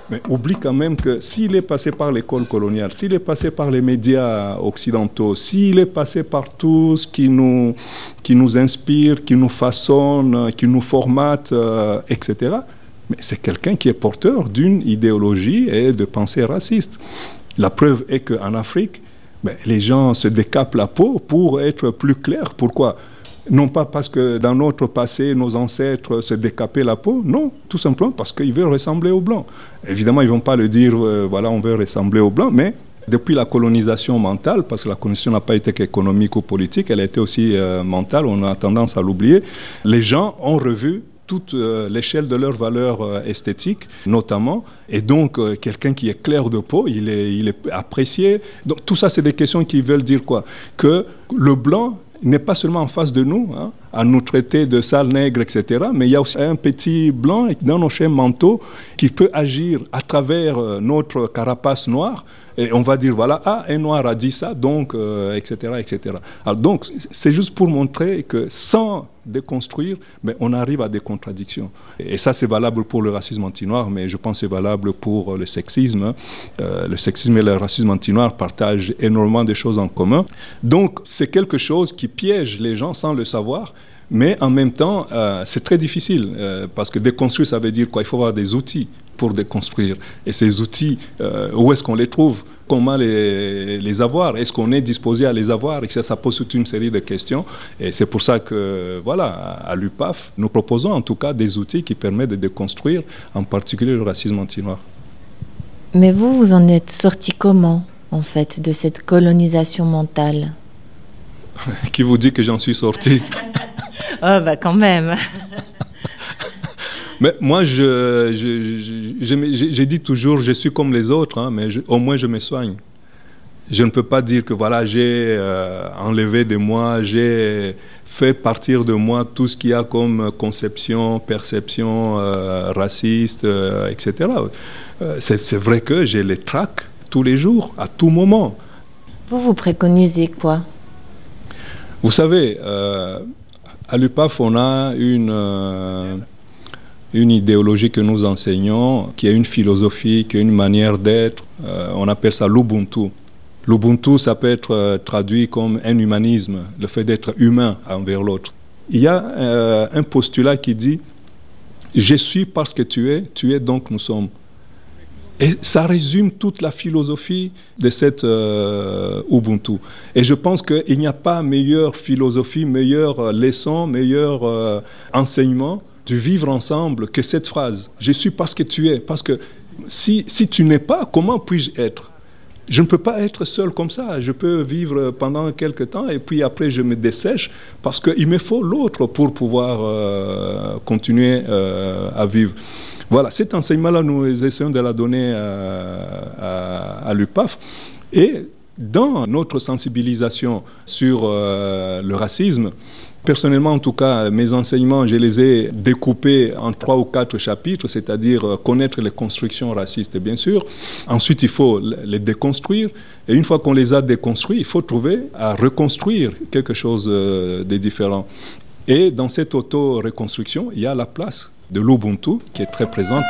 mais oublie quand même que s'il est passé par l'école coloniale, s'il est passé par les médias occidentaux, s'il est passé par tout ce qui nous, qui nous inspire, qui nous façonne, qui nous formate, euh, et cetera, mais c'est quelqu'un qui est porteur d'une idéologie et de pensée raciste. La preuve est qu'en Afrique, ben, les gens se décapent la peau pour être plus clairs. Pourquoi ? Non pas parce que dans notre passé, nos ancêtres se décapaient la peau, non, tout simplement parce qu'ils veulent ressembler aux Blancs. Évidemment, ils ne vont pas le dire, euh, voilà, on veut ressembler aux Blancs, mais depuis la colonisation mentale, parce que la colonisation n'a pas été qu'économique ou politique, elle a été aussi euh, mentale, on a tendance à l'oublier, les gens ont revu toute euh, l'échelle de leurs valeurs euh, esthétiques, notamment. Et donc, euh, quelqu'un qui est clair de peau, il est, il est apprécié. Donc, tout ça, c'est des questions qui veulent dire quoi ? Que le blanc n'est pas seulement en face de nous, hein, à nous traiter de sales nègres, et cetera, mais il y a aussi un petit blanc dans nos chaînes manteaux qui peut agir à travers euh, notre carapace noire. Et on va dire, voilà, ah, un noir a dit ça, donc, euh, et cetera, et cetera. Alors, donc, c'est juste pour montrer que sans déconstruire, mais on arrive à des contradictions. Et ça, c'est valable pour le racisme anti-noir, mais je pense que c'est valable pour le sexisme. Euh, le sexisme et le racisme anti-noir partagent énormément de choses en commun. Donc, c'est quelque chose qui piège les gens sans le savoir. Mais en même temps, euh, c'est très difficile, euh, parce que déconstruire, ça veut dire quoi ? Il faut avoir des outils pour déconstruire. Et ces outils, euh, où est-ce qu'on les trouve ? Comment les, les avoir ? Est-ce qu'on est disposé à les avoir ? Et ça, ça pose toute une série de questions. Et c'est pour ça que, voilà, à l'U P A F, nous proposons en tout cas des outils qui permettent de déconstruire, en particulier le racisme anti-noir. Mais vous, vous en êtes sorti comment, en fait, de cette colonisation mentale ? Qui vous dit que j'en suis sorti ? Oh, bah quand même. Mais moi, je, je, je, je, j'ai dit toujours, je suis comme les autres, hein, mais je, au moins je me soigne. Je ne peux pas dire que voilà, j'ai euh, enlevé de moi, j'ai fait partir de moi tout ce qu'il y a comme conception, perception euh, raciste, euh, et cetera. Euh, c'est, c'est vrai que j'ai les tracs tous les jours, à tout moment. Vous, vous préconisez quoi ? Vous savez, euh, à l'U P A F, on a une, euh, une idéologie que nous enseignons, qui est une philosophie, qui est une manière d'être. Euh, on appelle ça l'Ubuntu. L'Ubuntu, ça peut être euh, traduit comme un humanisme, le fait d'être humain envers l'autre. Il y a euh, un postulat qui dit « Je suis parce que tu es, tu es donc nous sommes ». Et ça résume toute la philosophie de cette euh, Ubuntu. Et je pense qu'il n'y a pas meilleure philosophie, meilleure leçon, meilleur euh, enseignement du vivre ensemble que cette phrase. Je suis parce que tu es. Parce que si, si tu n'es pas, comment puis-je être ? Je ne peux pas être seul comme ça. Je peux vivre pendant quelque temps et puis après je me dessèche parce qu'il me faut l'autre pour pouvoir euh, continuer euh, à vivre. Voilà, cet enseignement-là, nous essayons de la donner à, à, à l'U P A F. Et dans notre sensibilisation sur euh, le racisme, personnellement, en tout cas, mes enseignements, je les ai découpés en trois ou quatre chapitres, c'est-à-dire connaître les constructions racistes, bien sûr. Ensuite, il faut les déconstruire. Et une fois qu'on les a déconstruits, il faut trouver à reconstruire quelque chose de différent. Et dans cette auto-reconstruction, il y a la place de l'Ubuntu qui est très présente.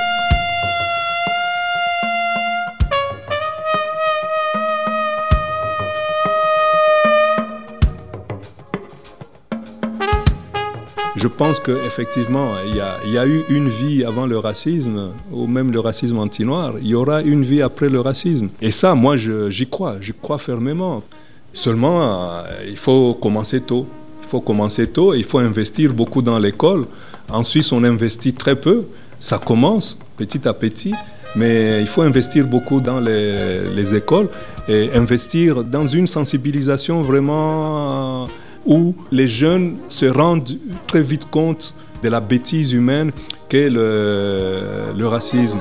Je pense qu'effectivement, il y a, il y a eu une vie avant le racisme, ou même le racisme anti-noir. Il y aura une vie après le racisme. Et ça, moi, je, j'y crois. J'y crois fermement. Seulement, euh, il faut commencer tôt. Il faut commencer tôt et il faut investir beaucoup dans l'école. En Suisse, on investit très peu. Ça commence petit à petit. Mais il faut investir beaucoup dans les, les écoles et investir dans une sensibilisation vraiment... Euh, où les jeunes se rendent très vite compte de la bêtise humaine qu'est le, le racisme.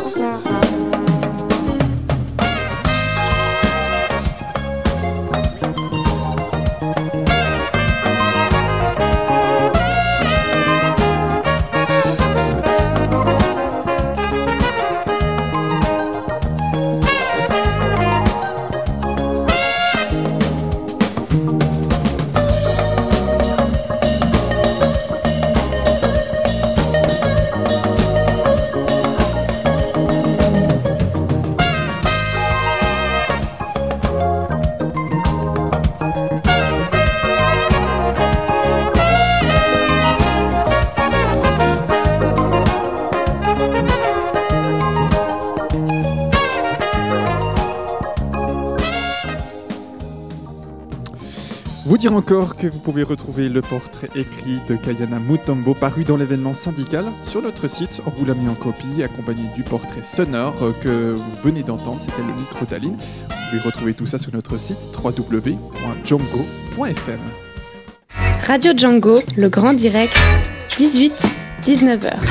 Vous dire encore que vous pouvez retrouver le portrait écrit de Kayana Mutombo paru dans l'événement syndical sur notre site. On vous l'a mis en copie, accompagné du portrait sonore que vous venez d'entendre, c'était le micro d'Aline. Vous pouvez retrouver tout ça sur notre site w w w point django point f m. Radio Django, le grand direct, dix-huit à dix-neuf heures.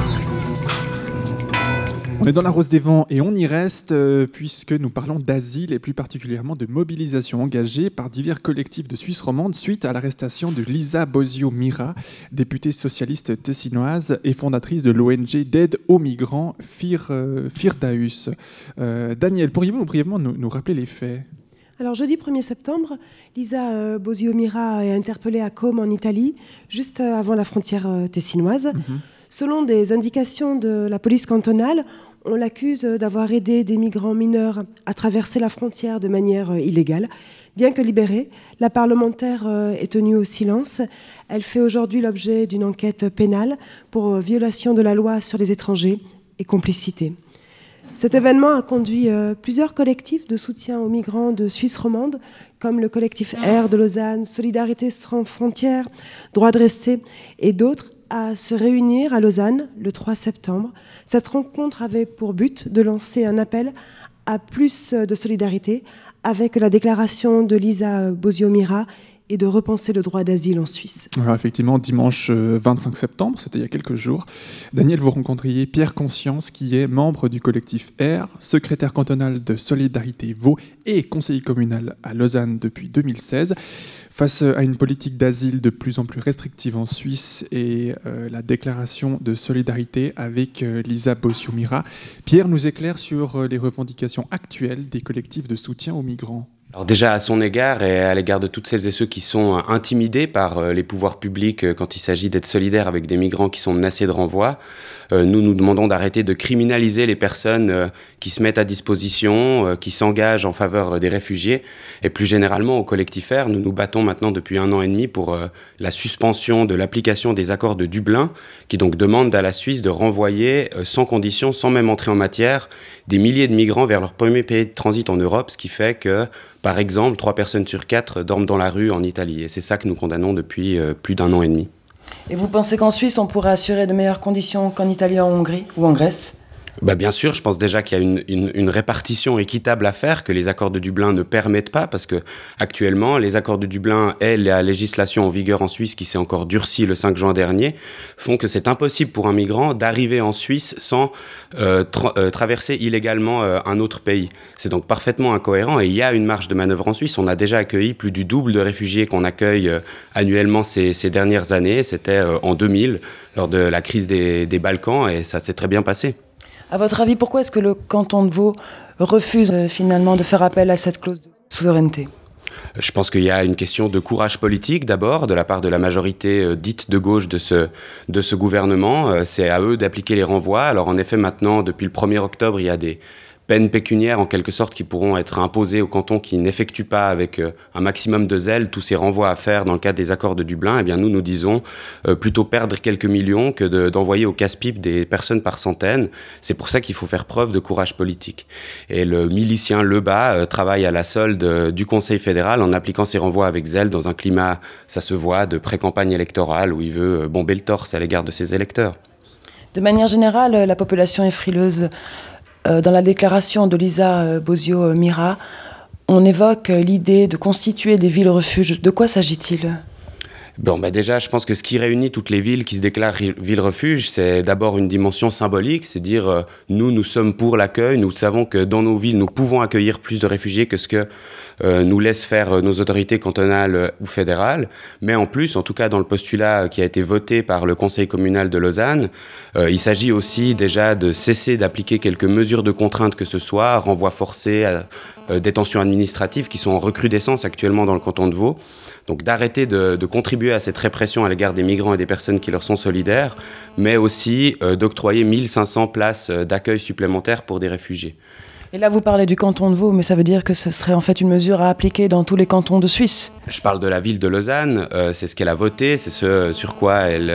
On est dans la Rose des Vents et on y reste euh, puisque nous parlons d'asile et plus particulièrement de mobilisation engagée par divers collectifs de Suisse romande suite à l'arrestation de Lisa Bosio-Mira, députée socialiste tessinoise et fondatrice de l'O N G d'aide aux migrants Fir, euh, Firdaus. Euh, Daniel, pourriez-vous brièvement nous, nous rappeler les faits ? Alors, jeudi premier septembre, Lisa euh, Bosio-Mira est interpellée à Côme en Italie, juste avant la frontière euh, tessinoise. Mm-hmm. Selon des indications de la police cantonale, on l'accuse d'avoir aidé des migrants mineurs à traverser la frontière de manière illégale. Bien que libérée, la parlementaire est tenue au silence. Elle fait aujourd'hui l'objet d'une enquête pénale pour violation de la loi sur les étrangers et complicité. Cet événement a conduit plusieurs collectifs de soutien aux migrants de Suisse romande, comme le collectif R de Lausanne, Solidarité sans frontières, Droit de rester et d'autres, à se réunir à Lausanne le trois septembre. Cette rencontre avait pour but de lancer un appel à plus de solidarité avec la déclaration de Lisa Bosio-Mira et de repenser le droit d'asile en Suisse. Alors effectivement, dimanche vingt-cinq septembre, c'était il y a quelques jours, Daniel, vous rencontriez Pierre Conscience, qui est membre du collectif R, secrétaire cantonal de Solidarité Vaud et conseiller communal à Lausanne depuis deux mille seize. Face à une politique d'asile de plus en plus restrictive en Suisse et euh, la déclaration de solidarité avec euh, Lisa Bosio-Mira, Pierre nous éclaire sur euh, les revendications actuelles des collectifs de soutien aux migrants. Alors déjà à son égard et à l'égard de toutes celles et ceux qui sont intimidés par les pouvoirs publics quand il s'agit d'être solidaires avec des migrants qui sont menacés de renvoi, nous nous demandons d'arrêter de criminaliser les personnes qui se mettent à disposition, qui s'engagent en faveur des réfugiés. Et plus généralement au collectif R, nous nous battons maintenant depuis un an et demi pour la suspension de l'application des accords de Dublin, qui donc demandent à la Suisse de renvoyer sans condition, sans même entrer en matière, des milliers de migrants vers leur premier pays de transit en Europe, ce qui fait que, par exemple, trois personnes sur quatre dorment dans la rue en Italie. Et c'est ça que nous condamnons depuis euh, plus d'un an et demi. Et vous pensez qu'en Suisse, on pourrait assurer de meilleures conditions qu'en Italie, en Hongrie ou en Grèce ? Bah bien sûr, je pense déjà qu'il y a une, une, une répartition équitable à faire que les accords de Dublin ne permettent pas, parce que actuellement, les accords de Dublin et la législation en vigueur en Suisse, qui s'est encore durcie le cinq juin dernier, font que c'est impossible pour un migrant d'arriver en Suisse sans euh, tra- euh, traverser illégalement euh, un autre pays. C'est donc parfaitement incohérent et il y a une marge de manœuvre en Suisse. On a déjà accueilli plus du double de réfugiés qu'on accueille euh, annuellement ces, ces dernières années. C'était euh, en deux mille, lors de la crise des, des Balkans, et ça s'est très bien passé. À votre avis, pourquoi est-ce que le canton de Vaud refuse euh, finalement de faire appel à cette clause de souveraineté ? Je pense qu'il y a une question de courage politique d'abord, de la part de la majorité euh, dite de gauche de ce, de ce gouvernement. Euh, c'est à eux d'appliquer les renvois. Alors en effet, maintenant, depuis le premier octobre, il y a des peines pécuniaires en quelque sorte qui pourront être imposées aux cantons qui n'effectuent pas avec euh, un maximum de zèle tous ces renvois à faire dans le cadre des accords de Dublin. Eh bien nous, nous disons euh, plutôt perdre quelques millions que de, d'envoyer au casse-pipe des personnes par centaines. C'est pour ça qu'il faut faire preuve de courage politique. Et le milicien Lebas euh, travaille à la solde euh, du Conseil fédéral en appliquant ces renvois avec zèle dans un climat, ça se voit, de pré-campagne électorale où il veut euh, bomber le torse à l'égard de ses électeurs. De manière générale, la population est frileuse. Dans la déclaration de Lisa Bosio-Mira, on évoque l'idée de constituer des villes-refuges. De quoi s'agit-il ? Bon, bah déjà, je pense que ce qui réunit toutes les villes qui se déclarent villes-refuges, c'est d'abord une dimension symbolique, c'est dire euh, nous, nous sommes pour l'accueil, nous savons que dans nos villes, nous pouvons accueillir plus de réfugiés que ce que euh, nous laissent faire nos autorités cantonales ou fédérales. Mais en plus, en tout cas dans le postulat qui a été voté par le Conseil communal de Lausanne, euh, il s'agit aussi déjà de cesser d'appliquer quelques mesures de contrainte que ce soit, renvoi forcé, à, euh, détention administrative, qui sont en recrudescence actuellement dans le canton de Vaud. Donc d'arrêter de, de contribuer à cette répression à l'égard des migrants et des personnes qui leur sont solidaires, mais aussi euh, d'octroyer mille cinq cents places d'accueil supplémentaires pour des réfugiés. Et là, vous parlez du canton de Vaud, mais ça veut dire que ce serait en fait une mesure à appliquer dans tous les cantons de Suisse ? Je parle de la ville de Lausanne, euh, c'est ce qu'elle a voté, c'est ce sur quoi elle euh,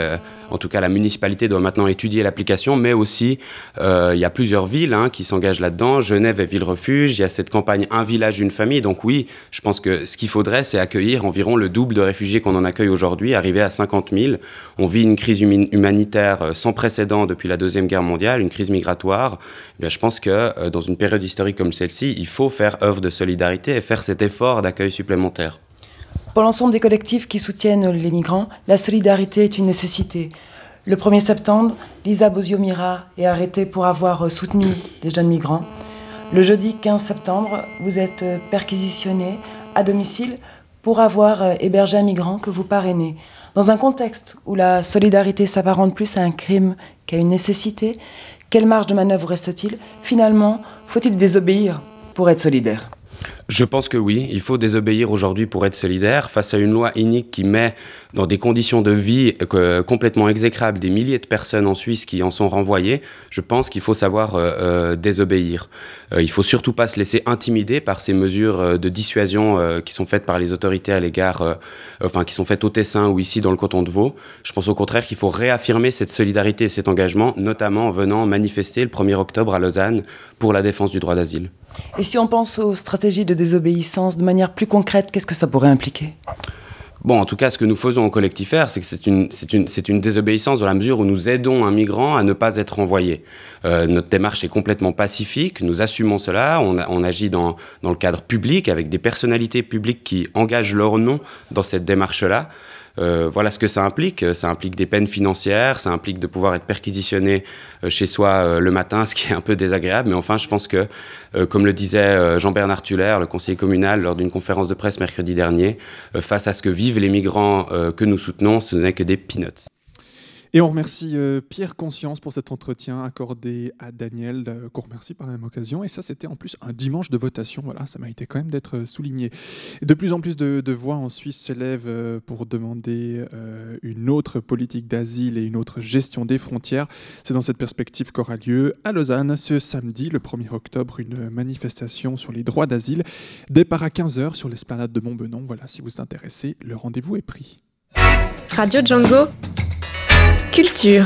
En tout cas, la municipalité doit maintenant étudier l'application, mais aussi, euh, il y a plusieurs villes hein, qui s'engagent là-dedans. Genève est ville-refuge, il y a cette campagne « Un village, une famille ». Donc oui, je pense que ce qu'il faudrait, c'est accueillir environ le double de réfugiés qu'on en accueille aujourd'hui, arriver à cinquante mille. On vit une crise hum- humanitaire sans précédent depuis la Deuxième Guerre mondiale, une crise migratoire. Eh bien, je pense que euh, dans une période historique comme celle-ci, il faut faire œuvre de solidarité et faire cet effort d'accueil supplémentaire. Pour l'ensemble des collectifs qui soutiennent les migrants, la solidarité est une nécessité. Le premier septembre, Lisa Bosio-Mira est arrêtée pour avoir soutenu les jeunes migrants. Le jeudi quinze septembre, vous êtes perquisitionné à domicile pour avoir hébergé un migrant que vous parrainez. Dans un contexte où la solidarité s'apparente plus à un crime qu'à une nécessité, quelle marge de manœuvre reste-t-il ? Finalement, faut-il désobéir pour être solidaire ? Je pense que oui, il faut désobéir aujourd'hui pour être solidaire face à une loi inique qui met dans des conditions de vie euh, complètement exécrables des milliers de personnes en Suisse qui en sont renvoyées. Je pense qu'il faut savoir euh, euh, désobéir. Euh, il faut surtout pas se laisser intimider par ces mesures euh, de dissuasion euh, qui sont faites par les autorités à l'égard, euh, enfin qui sont faites au Tessin ou ici dans le canton de Vaud. Je pense au contraire qu'il faut réaffirmer cette solidarité et cet engagement, notamment en venant manifester le premier octobre à Lausanne pour la défense du droit d'asile. Et si on pense aux stratégies de désobéissance de manière plus concrète, qu'est-ce que ça pourrait impliquer ? Bon, en tout cas, ce que nous faisons au collectif R, c'est que c'est une, c'est une, c'est une désobéissance dans la mesure où nous aidons un migrant à ne pas être renvoyé. Euh, notre démarche est complètement pacifique, nous assumons cela, on, a, on agit dans, dans le cadre public avec des personnalités publiques qui engagent leur nom dans cette démarche-là. Euh, voilà ce que ça implique. Ça implique des peines financières, ça implique de pouvoir être perquisitionné euh, chez soi euh, le matin, ce qui est un peu désagréable. Mais enfin, je pense que, euh, comme le disait euh, Jean-Bernard Tuller, le conseiller communal, lors d'une conférence de presse mercredi dernier, euh, face à ce que vivent les migrants euh, que nous soutenons, ce n'est que des peanuts. Et on remercie euh, Pierre Conscience pour cet entretien accordé à Daniel, euh, qu'on remercie par la même occasion. Et ça, c'était en plus un dimanche de votation. Voilà, ça méritait quand même d'être souligné. Et de plus en plus de, de voix en Suisse s'élèvent euh, pour demander euh, une autre politique d'asile et une autre gestion des frontières. C'est dans cette perspective qu'aura lieu à Lausanne ce samedi, le premier octobre, une manifestation sur les droits d'asile. Départ à quinze heures sur l'esplanade de Montbenon. Voilà, si vous êtes intéressé, le rendez-vous est pris. Radio Django. Culture.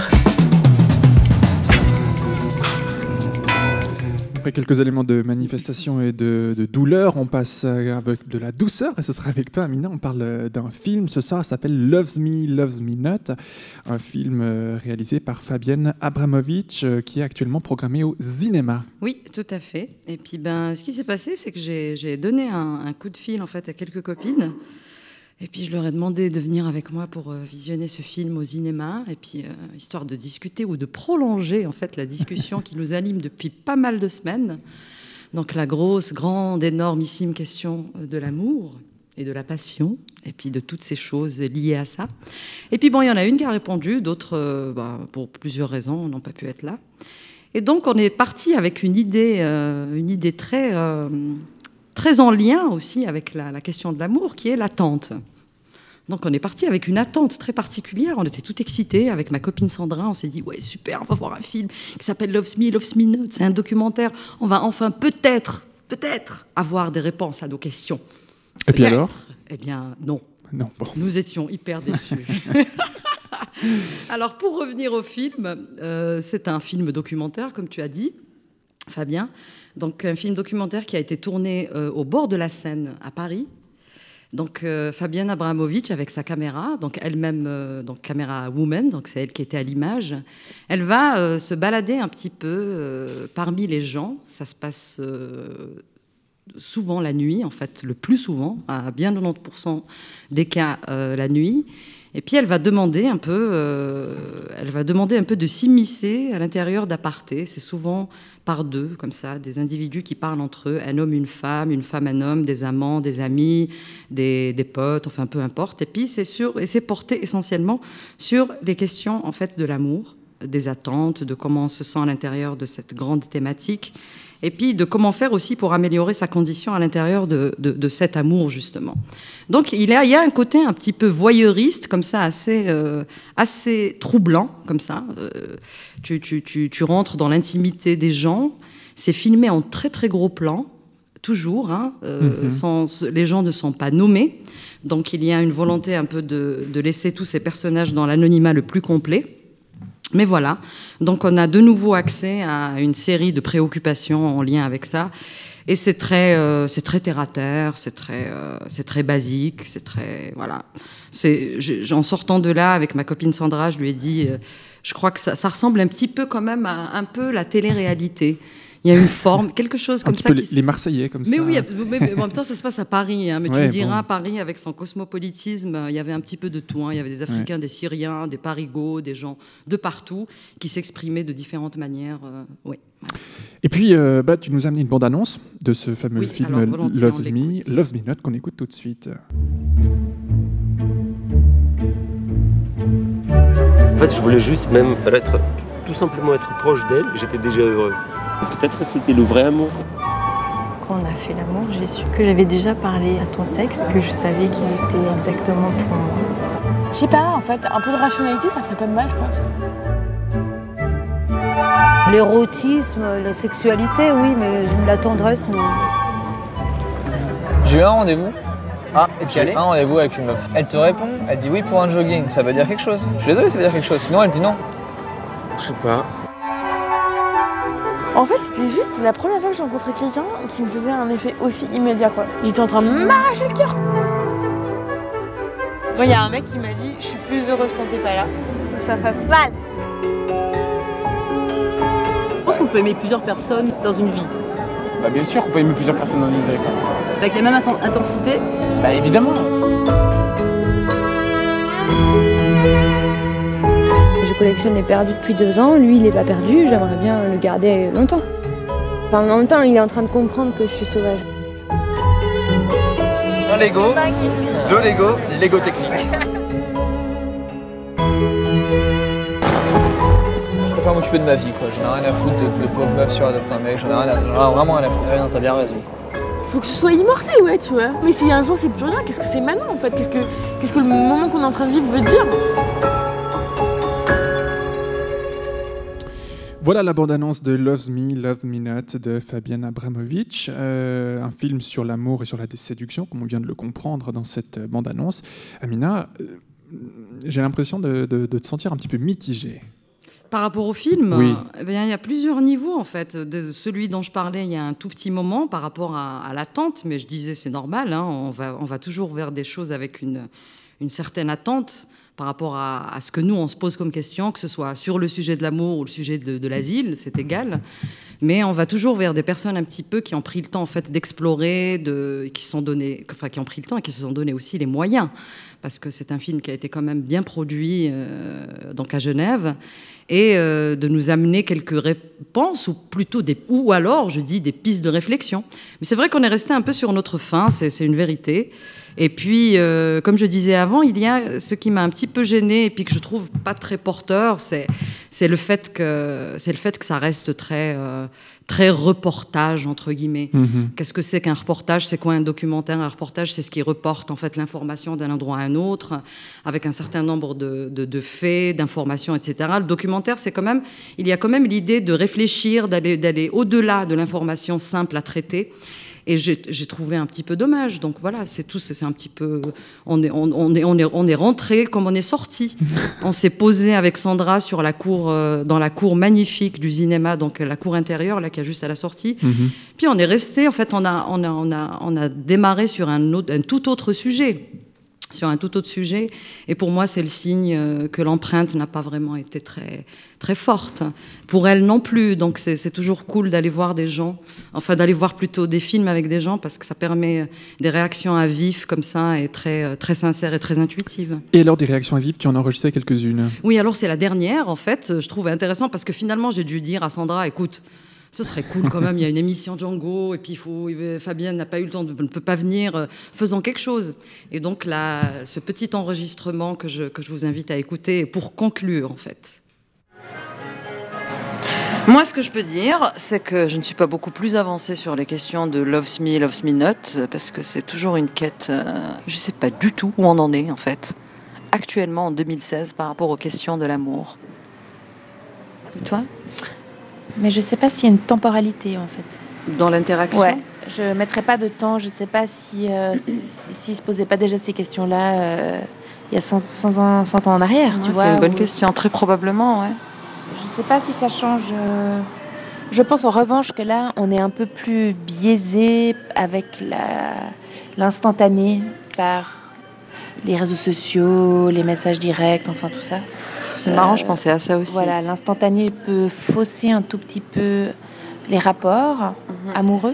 Après quelques éléments de manifestation et de, de douleur, on passe avec de la douceur et ce sera avec toi, Amina. On parle d'un film ce soir, ça s'appelle Loves Me, Loves Me Not, un film réalisé par Fabienne Abramovic qui est actuellement programmé au cinéma. Oui, tout à fait. Et puis ben, ce qui s'est passé, c'est que j'ai, j'ai donné un, un coup de fil en fait à quelques copines. Et puis je leur ai demandé de venir avec moi pour euh, visionner ce film au cinéma, et puis euh, histoire de discuter ou de prolonger en fait la discussion qui nous anime depuis pas mal de semaines. Donc la grosse, grande, énormissime question de l'amour et de la passion, et puis de toutes ces choses liées à ça. Et puis bon, il y en a une qui a répondu, d'autres, euh, bah, pour plusieurs raisons, n'ont pas pu être là. Et donc on est parti avec une idée, euh, une idée très, euh, très en lien aussi avec la, la question de l'amour, qui est l'attente. Donc on est parti avec une attente très particulière, on était tout excités, avec ma copine Sandra, on s'est dit « ouais, super, on va voir un film qui s'appelle Loves Me, Loves Me Not, c'est un documentaire, on va enfin peut-être, peut-être avoir des réponses à nos questions. » Et puis alors ? Eh bien, non. Non, bon. Nous étions hyper déçus. Alors, pour revenir au film, euh, c'est un film documentaire, comme tu as dit, Fabien. Donc, un film documentaire qui a été tourné euh, au bord de la Seine, à Paris. Donc, euh, Fabienne Abramovic, avec sa caméra, donc elle-même, euh, donc caméra woman, donc c'est elle qui était à l'image, elle va euh, se balader un petit peu euh, parmi les gens. Ça se passe euh, souvent la nuit, en fait, le plus souvent, à bien quatre-vingt-dix pour cent des cas euh, la nuit. Et puis elle va demander un peu, euh, elle va demander un peu de s'immiscer à l'intérieur d'apartés. C'est souvent par deux, comme ça, des individus qui parlent entre eux, un homme, une femme, une femme, un homme, des amants, des amis, des, des potes, enfin peu importe. Et puis c'est sur, et c'est porté essentiellement sur les questions en fait de l'amour, des attentes, de comment on se sent à l'intérieur de cette grande thématique. Et puis de comment faire aussi pour améliorer sa condition à l'intérieur de, de, de cet amour, justement. Donc il y, a, il y a un côté un petit peu voyeuriste, comme ça, assez, euh, assez troublant, comme ça. Euh, tu, tu, tu, tu rentres dans l'intimité des gens, c'est filmé en très très gros plan, toujours, hein, euh, mm-hmm. sans, les gens ne sont pas nommés, donc il y a une volonté un peu de, de laisser tous ces personnages dans l'anonymat le plus complet. Mais voilà, donc on a de nouveau accès à une série de préoccupations en lien avec ça. Et c'est très, euh, c'est très terre-à-terre, c'est très, euh, c'est très basique, c'est très... Voilà. C'est, je, en sortant de là, avec ma copine Sandra, je lui ai dit, euh, je crois que ça, ça ressemble un petit peu quand même à un peu la télé-réalité. Il y a une forme, quelque chose comme un ça. Peu qui... les, les Marseillais, comme mais ça. Oui, mais, mais en même temps, ça se passe à Paris. Hein, mais ouais, tu me diras, bon. Paris, avec son cosmopolitisme, il y avait un petit peu de tout. Hein. Il y avait des Africains, ouais. des Syriens, des Parigots, des gens de partout qui s'exprimaient de différentes manières. Euh, ouais. Voilà. Et puis, euh, bah, tu nous as amené une bande-annonce de ce fameux oui, film alors, Love Me, Love Me Not, qu'on écoute tout de suite. En fait, je voulais juste même être, tout simplement être proche d'elle. J'étais déjà heureux. Peut-être que c'était le vrai amour. Quand on a fait l'amour, j'ai su que j'avais déjà parlé à ton sexe, que je savais qu'il était exactement pour moi. Je sais pas, en fait, un peu de rationalité, ça ferait pas de mal, je pense. L'érotisme, la sexualité, oui, mais la tendresse, non. J'ai eu un rendez-vous. Ah, et tu y allais ? Un rendez-vous avec une meuf. Elle te répond, elle dit oui pour un jogging, ça veut dire quelque chose. Je suis désolé, ça veut dire quelque chose, sinon elle dit non. Je sais pas. En fait, c'était juste la première fois que j'ai rencontré quelqu'un qui me faisait un effet aussi immédiat, quoi. Il était en train de m'arracher le cœur. Moi, il y a un mec qui m'a dit « Je suis plus heureuse quand t'es pas là. » Ça fasse mal. Je pense qu'on peut aimer plusieurs personnes dans une vie. Bah bien sûr qu'on peut aimer plusieurs personnes dans une vie, quoi. Avec la même intensité ? Bah évidemment. Je collectionne les perdus depuis deux ans, lui il est pas perdu, j'aimerais bien le garder longtemps. Enfin, en même temps, il est en train de comprendre que je suis sauvage. Un Lego, deux Lego, Lego technique. Je préfère m'occuper de ma vie, quoi. J'en ai rien à foutre de, de pauvre meuf sur adopter un mec, j'en ai, rien à, j'en ai vraiment rien à foutre. Ouais, non, t'as bien raison. Faut que ce soit immortel, ouais, tu vois. Mais si un jour c'est plus rien, qu'est-ce que c'est maintenant en fait ? Qu'est-ce que, qu'est-ce que le moment qu'on est en train de vivre veut dire ? Voilà la bande-annonce de Love Me, Love Me Not de Fabian Abramovic, euh, un film sur l'amour et sur la séduction, comme on vient de le comprendre dans cette bande-annonce. Amina, euh, j'ai l'impression de, de, de te sentir un petit peu mitigée. Par rapport au film, oui. eh bien, il y a plusieurs niveaux en fait. De celui dont je parlais il y a un tout petit moment par rapport à, à l'attente, mais je disais c'est normal, hein, on va, on va toujours vers des choses avec une, une certaine attente par rapport à, à ce que nous on se pose comme question, que ce soit sur le sujet de l'amour ou le sujet de, de l'asile, c'est égal. Mais on va toujours vers des personnes un petit peu qui ont pris le temps en fait d'explorer, de, qui se sont donné, enfin qui ont pris le temps et qui se sont donné aussi les moyens, parce que c'est un film qui a été quand même bien produit euh, donc à Genève. Et euh, de nous amener quelques réponses, ou plutôt des, ou alors, je dis, des pistes de réflexion. Mais c'est vrai qu'on est resté un peu sur notre faim, c'est, c'est une vérité. Et puis, euh, comme je disais avant, il y a ce qui m'a un petit peu gênée et puis que je trouve pas très porteur, c'est, c'est, le, fait que, c'est le fait que ça reste très, euh, très reportage, entre guillemets. Mm-hmm. Qu'est-ce que c'est qu'un reportage ? C'est quoi un documentaire ? Un reportage, c'est ce qui reporte en fait, l'information d'un endroit à un autre, avec un certain nombre de, de, de faits, d'informations, et cetera. Le documentaire, c'est quand même, il y a quand même l'idée de réfléchir, d'aller, d'aller au-delà de l'information simple à traiter. Et j'ai, j'ai trouvé un petit peu dommage. Donc voilà, c'est tout. C'est, c'est un petit peu. On est, on, on est, on est, on est rentré comme on est sorti. On s'est posé avec Sandra sur la cour, euh, dans la cour magnifique du cinéma, donc la cour intérieure là, qui est juste à la sortie. Mm-hmm. Puis on est resté. En fait, on a, on a, on a, on a démarré sur un, autre, un tout autre sujet. sur un tout autre sujet. Et pour moi, c'est le signe que l'empreinte n'a pas vraiment été très, très forte. Pour elle non plus. Donc c'est, c'est toujours cool d'aller voir des gens, enfin d'aller voir plutôt des films avec des gens, parce que ça permet des réactions à vif comme ça, et très, très sincères et très intuitives. Et alors, des réactions à vif, tu en as enregistré quelques-unes ? Oui, alors c'est la dernière, en fait. Je trouve intéressant, parce que finalement, j'ai dû dire à Sandra, écoute, ce serait cool quand même, il y a une émission Django, et puis il faut, Fabienne n'a pas eu le temps, de, ne peut pas venir, euh, faisons quelque chose. Et donc là, ce petit enregistrement que je, que je vous invite à écouter pour conclure en fait. Moi, ce que je peux dire, c'est que je ne suis pas beaucoup plus avancée sur les questions de Love Me, Love Me Not, parce que c'est toujours une quête, euh, je ne sais pas du tout où on en est en fait, actuellement en deux mille seize par rapport aux questions de l'amour. Et toi ? Mais je ne sais pas s'il y a une temporalité, en fait. dans l'interaction. Ouais, je ne mettrais pas de temps. Je ne sais pas si, euh, si, s'ils ne se posaient pas déjà ces questions-là euh, il y a cent, cent, ans, cent ans en arrière. Ouais, tu vois, c'est une bonne où... question, très probablement. Ouais. Je ne sais pas si ça change. Euh... Je pense en revanche que là, on est un peu plus biaisé avec la... l'instantané par les réseaux sociaux, les messages directs, enfin tout ça. C'est marrant, euh, je pensais à ça aussi. Voilà, l'instantané peut fausser un tout petit peu les rapports mm-hmm. amoureux.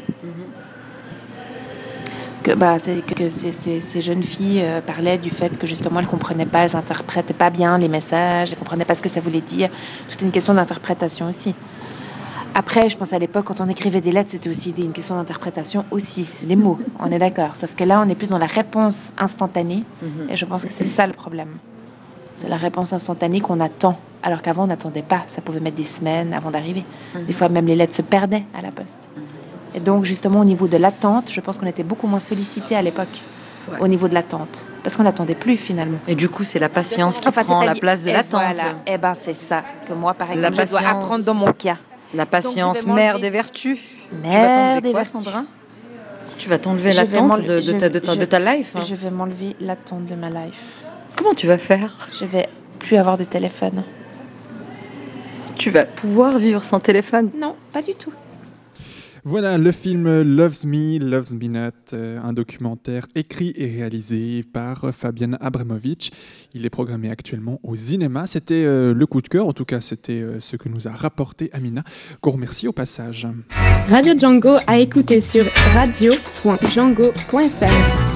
Mm-hmm. Que, bah, c'est, que ces, ces, ces jeunes filles euh, parlaient du fait que justement elles ne comprenaient pas, elles n'interprétaient pas bien les messages, elles ne comprenaient pas ce que ça voulait dire. Tout est une question d'interprétation aussi. Après, je pense à l'époque, quand on écrivait des lettres, c'était aussi une question d'interprétation aussi. C'est les mots, on est d'accord. Sauf que là, on est plus dans la réponse instantanée. Mm-hmm. Et je pense que c'est ça le problème. C'est la réponse instantanée qu'on attend. Alors qu'avant, on n'attendait pas. Ça pouvait mettre des semaines avant d'arriver. Mm-hmm. Des fois, même les lettres se perdaient à la poste. Mm-hmm. Et donc, justement, au niveau de l'attente, je pense qu'on était beaucoup moins sollicité à l'époque. Ouais. Au niveau de l'attente. Parce qu'on n'attendait plus, finalement. Et du coup, c'est la patience qui enfin, prend la place de l'attente. Voilà. Eh bien, c'est ça que moi, par exemple, la je patience... dois apprendre dans mon cas. La patience, mère des vertus. Mère des vertus. Sandra ? Tu vas t'enlever je l'attente de, de, ta, de, ta, je, de ta life hein. Je vais m'enlever l'attente de ma life. Comment tu vas faire ? Je vais plus avoir de téléphone. Tu vas pouvoir vivre sans téléphone ? Non, pas du tout. Voilà le film Loves Me, Loves Me Not, euh, un documentaire écrit et réalisé par Fabian Abramovic. Il est programmé actuellement au cinéma. C'était euh, le coup de cœur, en tout cas c'était euh, ce que nous a rapporté Amina, qu'on remercie au passage. Radio Django à écouter sur radio point django point f m.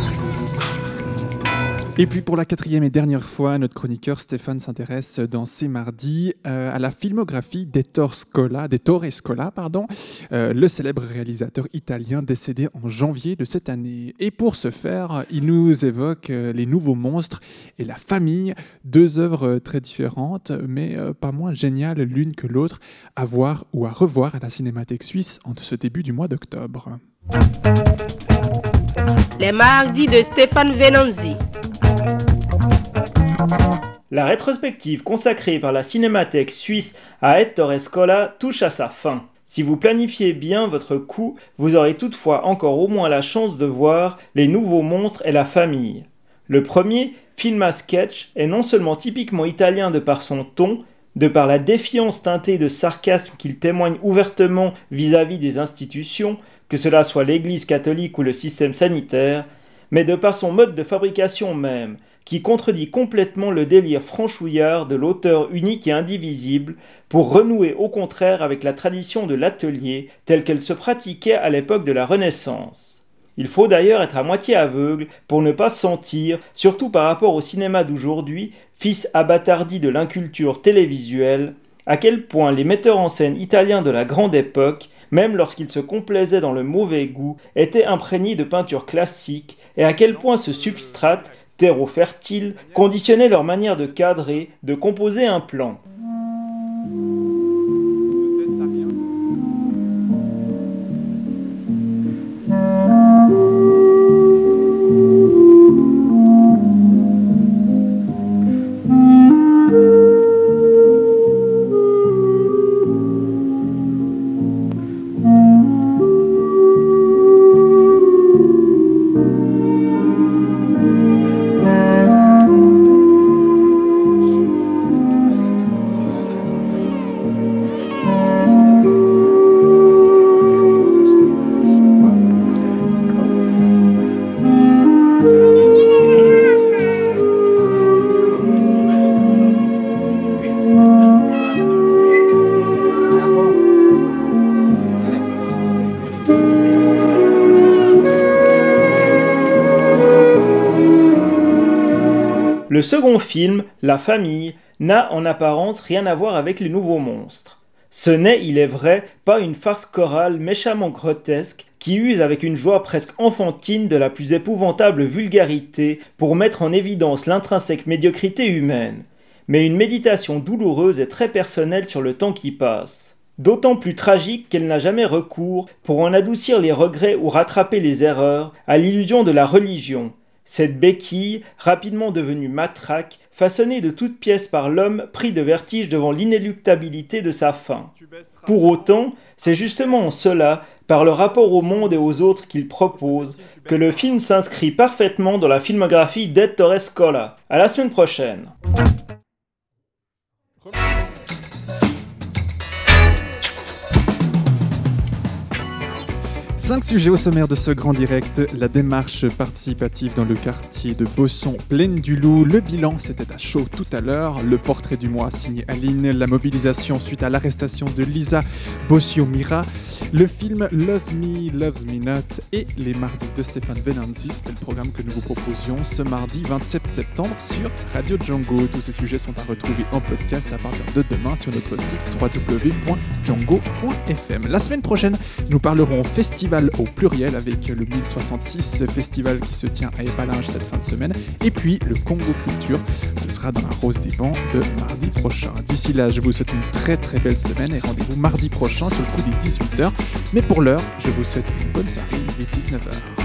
Et puis pour la quatrième et dernière fois, notre chroniqueur Stéphane s'intéresse dans ces mardis euh, à la filmographie d'Ettore Scola, d'Ettore Scola, pardon, euh, le célèbre réalisateur italien décédé en janvier de cette année. Et pour ce faire, il nous évoque euh, Les Nouveaux Monstres et La Famille, deux œuvres très différentes, mais euh, pas moins géniales l'une que l'autre, à voir ou à revoir à la Cinémathèque suisse en ce début du mois d'octobre. Les mardis de Stéphane Venanzi. La rétrospective consacrée par la Cinémathèque suisse à Ettore Scola touche à sa fin. Si vous planifiez bien votre coup, vous aurez toutefois encore au moins la chance de voir Les Nouveaux Monstres et La Famille. Le premier, film à sketch, est non seulement typiquement italien de par son ton, de par la défiance teintée de sarcasme qu'il témoigne ouvertement vis-à-vis des institutions, que cela soit l'Église catholique ou le système sanitaire, mais de par son mode de fabrication même, qui contredit complètement le délire franchouillard de l'auteur unique et indivisible, pour renouer au contraire avec la tradition de l'atelier telle qu'elle se pratiquait à l'époque de la Renaissance. Il faut d'ailleurs être à moitié aveugle pour ne pas sentir, surtout par rapport au cinéma d'aujourd'hui, fils abattardi de l'inculture télévisuelle, à quel point les metteurs en scène italiens de la grande époque, même lorsqu'ils se complaisaient dans le mauvais goût, étaient imprégnés de peinture classique, et à quel point ce substrat, terreau fertile, conditionnait leur manière de cadrer, de composer un plan. Le second film, La Famille, n'a en apparence rien à voir avec Les Nouveaux Monstres. Ce n'est, il est vrai, pas une farce chorale méchamment grotesque qui use avec une joie presque enfantine de la plus épouvantable vulgarité pour mettre en évidence l'intrinsèque médiocrité humaine, mais une méditation douloureuse et très personnelle sur le temps qui passe. D'autant plus tragique qu'elle n'a jamais recours, pour en adoucir les regrets ou rattraper les erreurs, à l'illusion de la religion, cette béquille, rapidement devenue matraque, façonnée de toutes pièces par l'homme pris de vertige devant l'inéluctabilité de sa fin. Pour autant, c'est justement en cela, par le rapport au monde et aux autres qu'il propose, que le film s'inscrit parfaitement dans la filmographie d'Ettore Scola. À la semaine prochaine. Cinq sujets au sommaire de ce grand direct: la démarche participative dans le quartier de Bosson, Plaine du Loup, le bilan, c'était à chaud tout à l'heure, le portrait du mois signé Aline, la mobilisation suite à l'arrestation de Lisa Bosio-Mira, le film Love Me, Loves Me Not et les mardis de Stéphane Venanzi. C'était le programme que nous vous proposions ce mardi vingt-sept septembre sur Radio Django. Tous ces sujets sont à retrouver en podcast à partir de demain sur notre site w w w point django point f m. La semaine prochaine, nous parlerons festival au pluriel avec le mille soixante-six festival qui se tient à Épalinges cette fin de semaine, et puis le Congo Culture, ce sera dans la Rose des Vents de mardi prochain. D'ici là, je vous souhaite une très très belle semaine et rendez-vous mardi prochain sur le coup des dix-huit heures. Mais pour l'heure, je vous souhaite une bonne soirée, il est dix-neuf heures.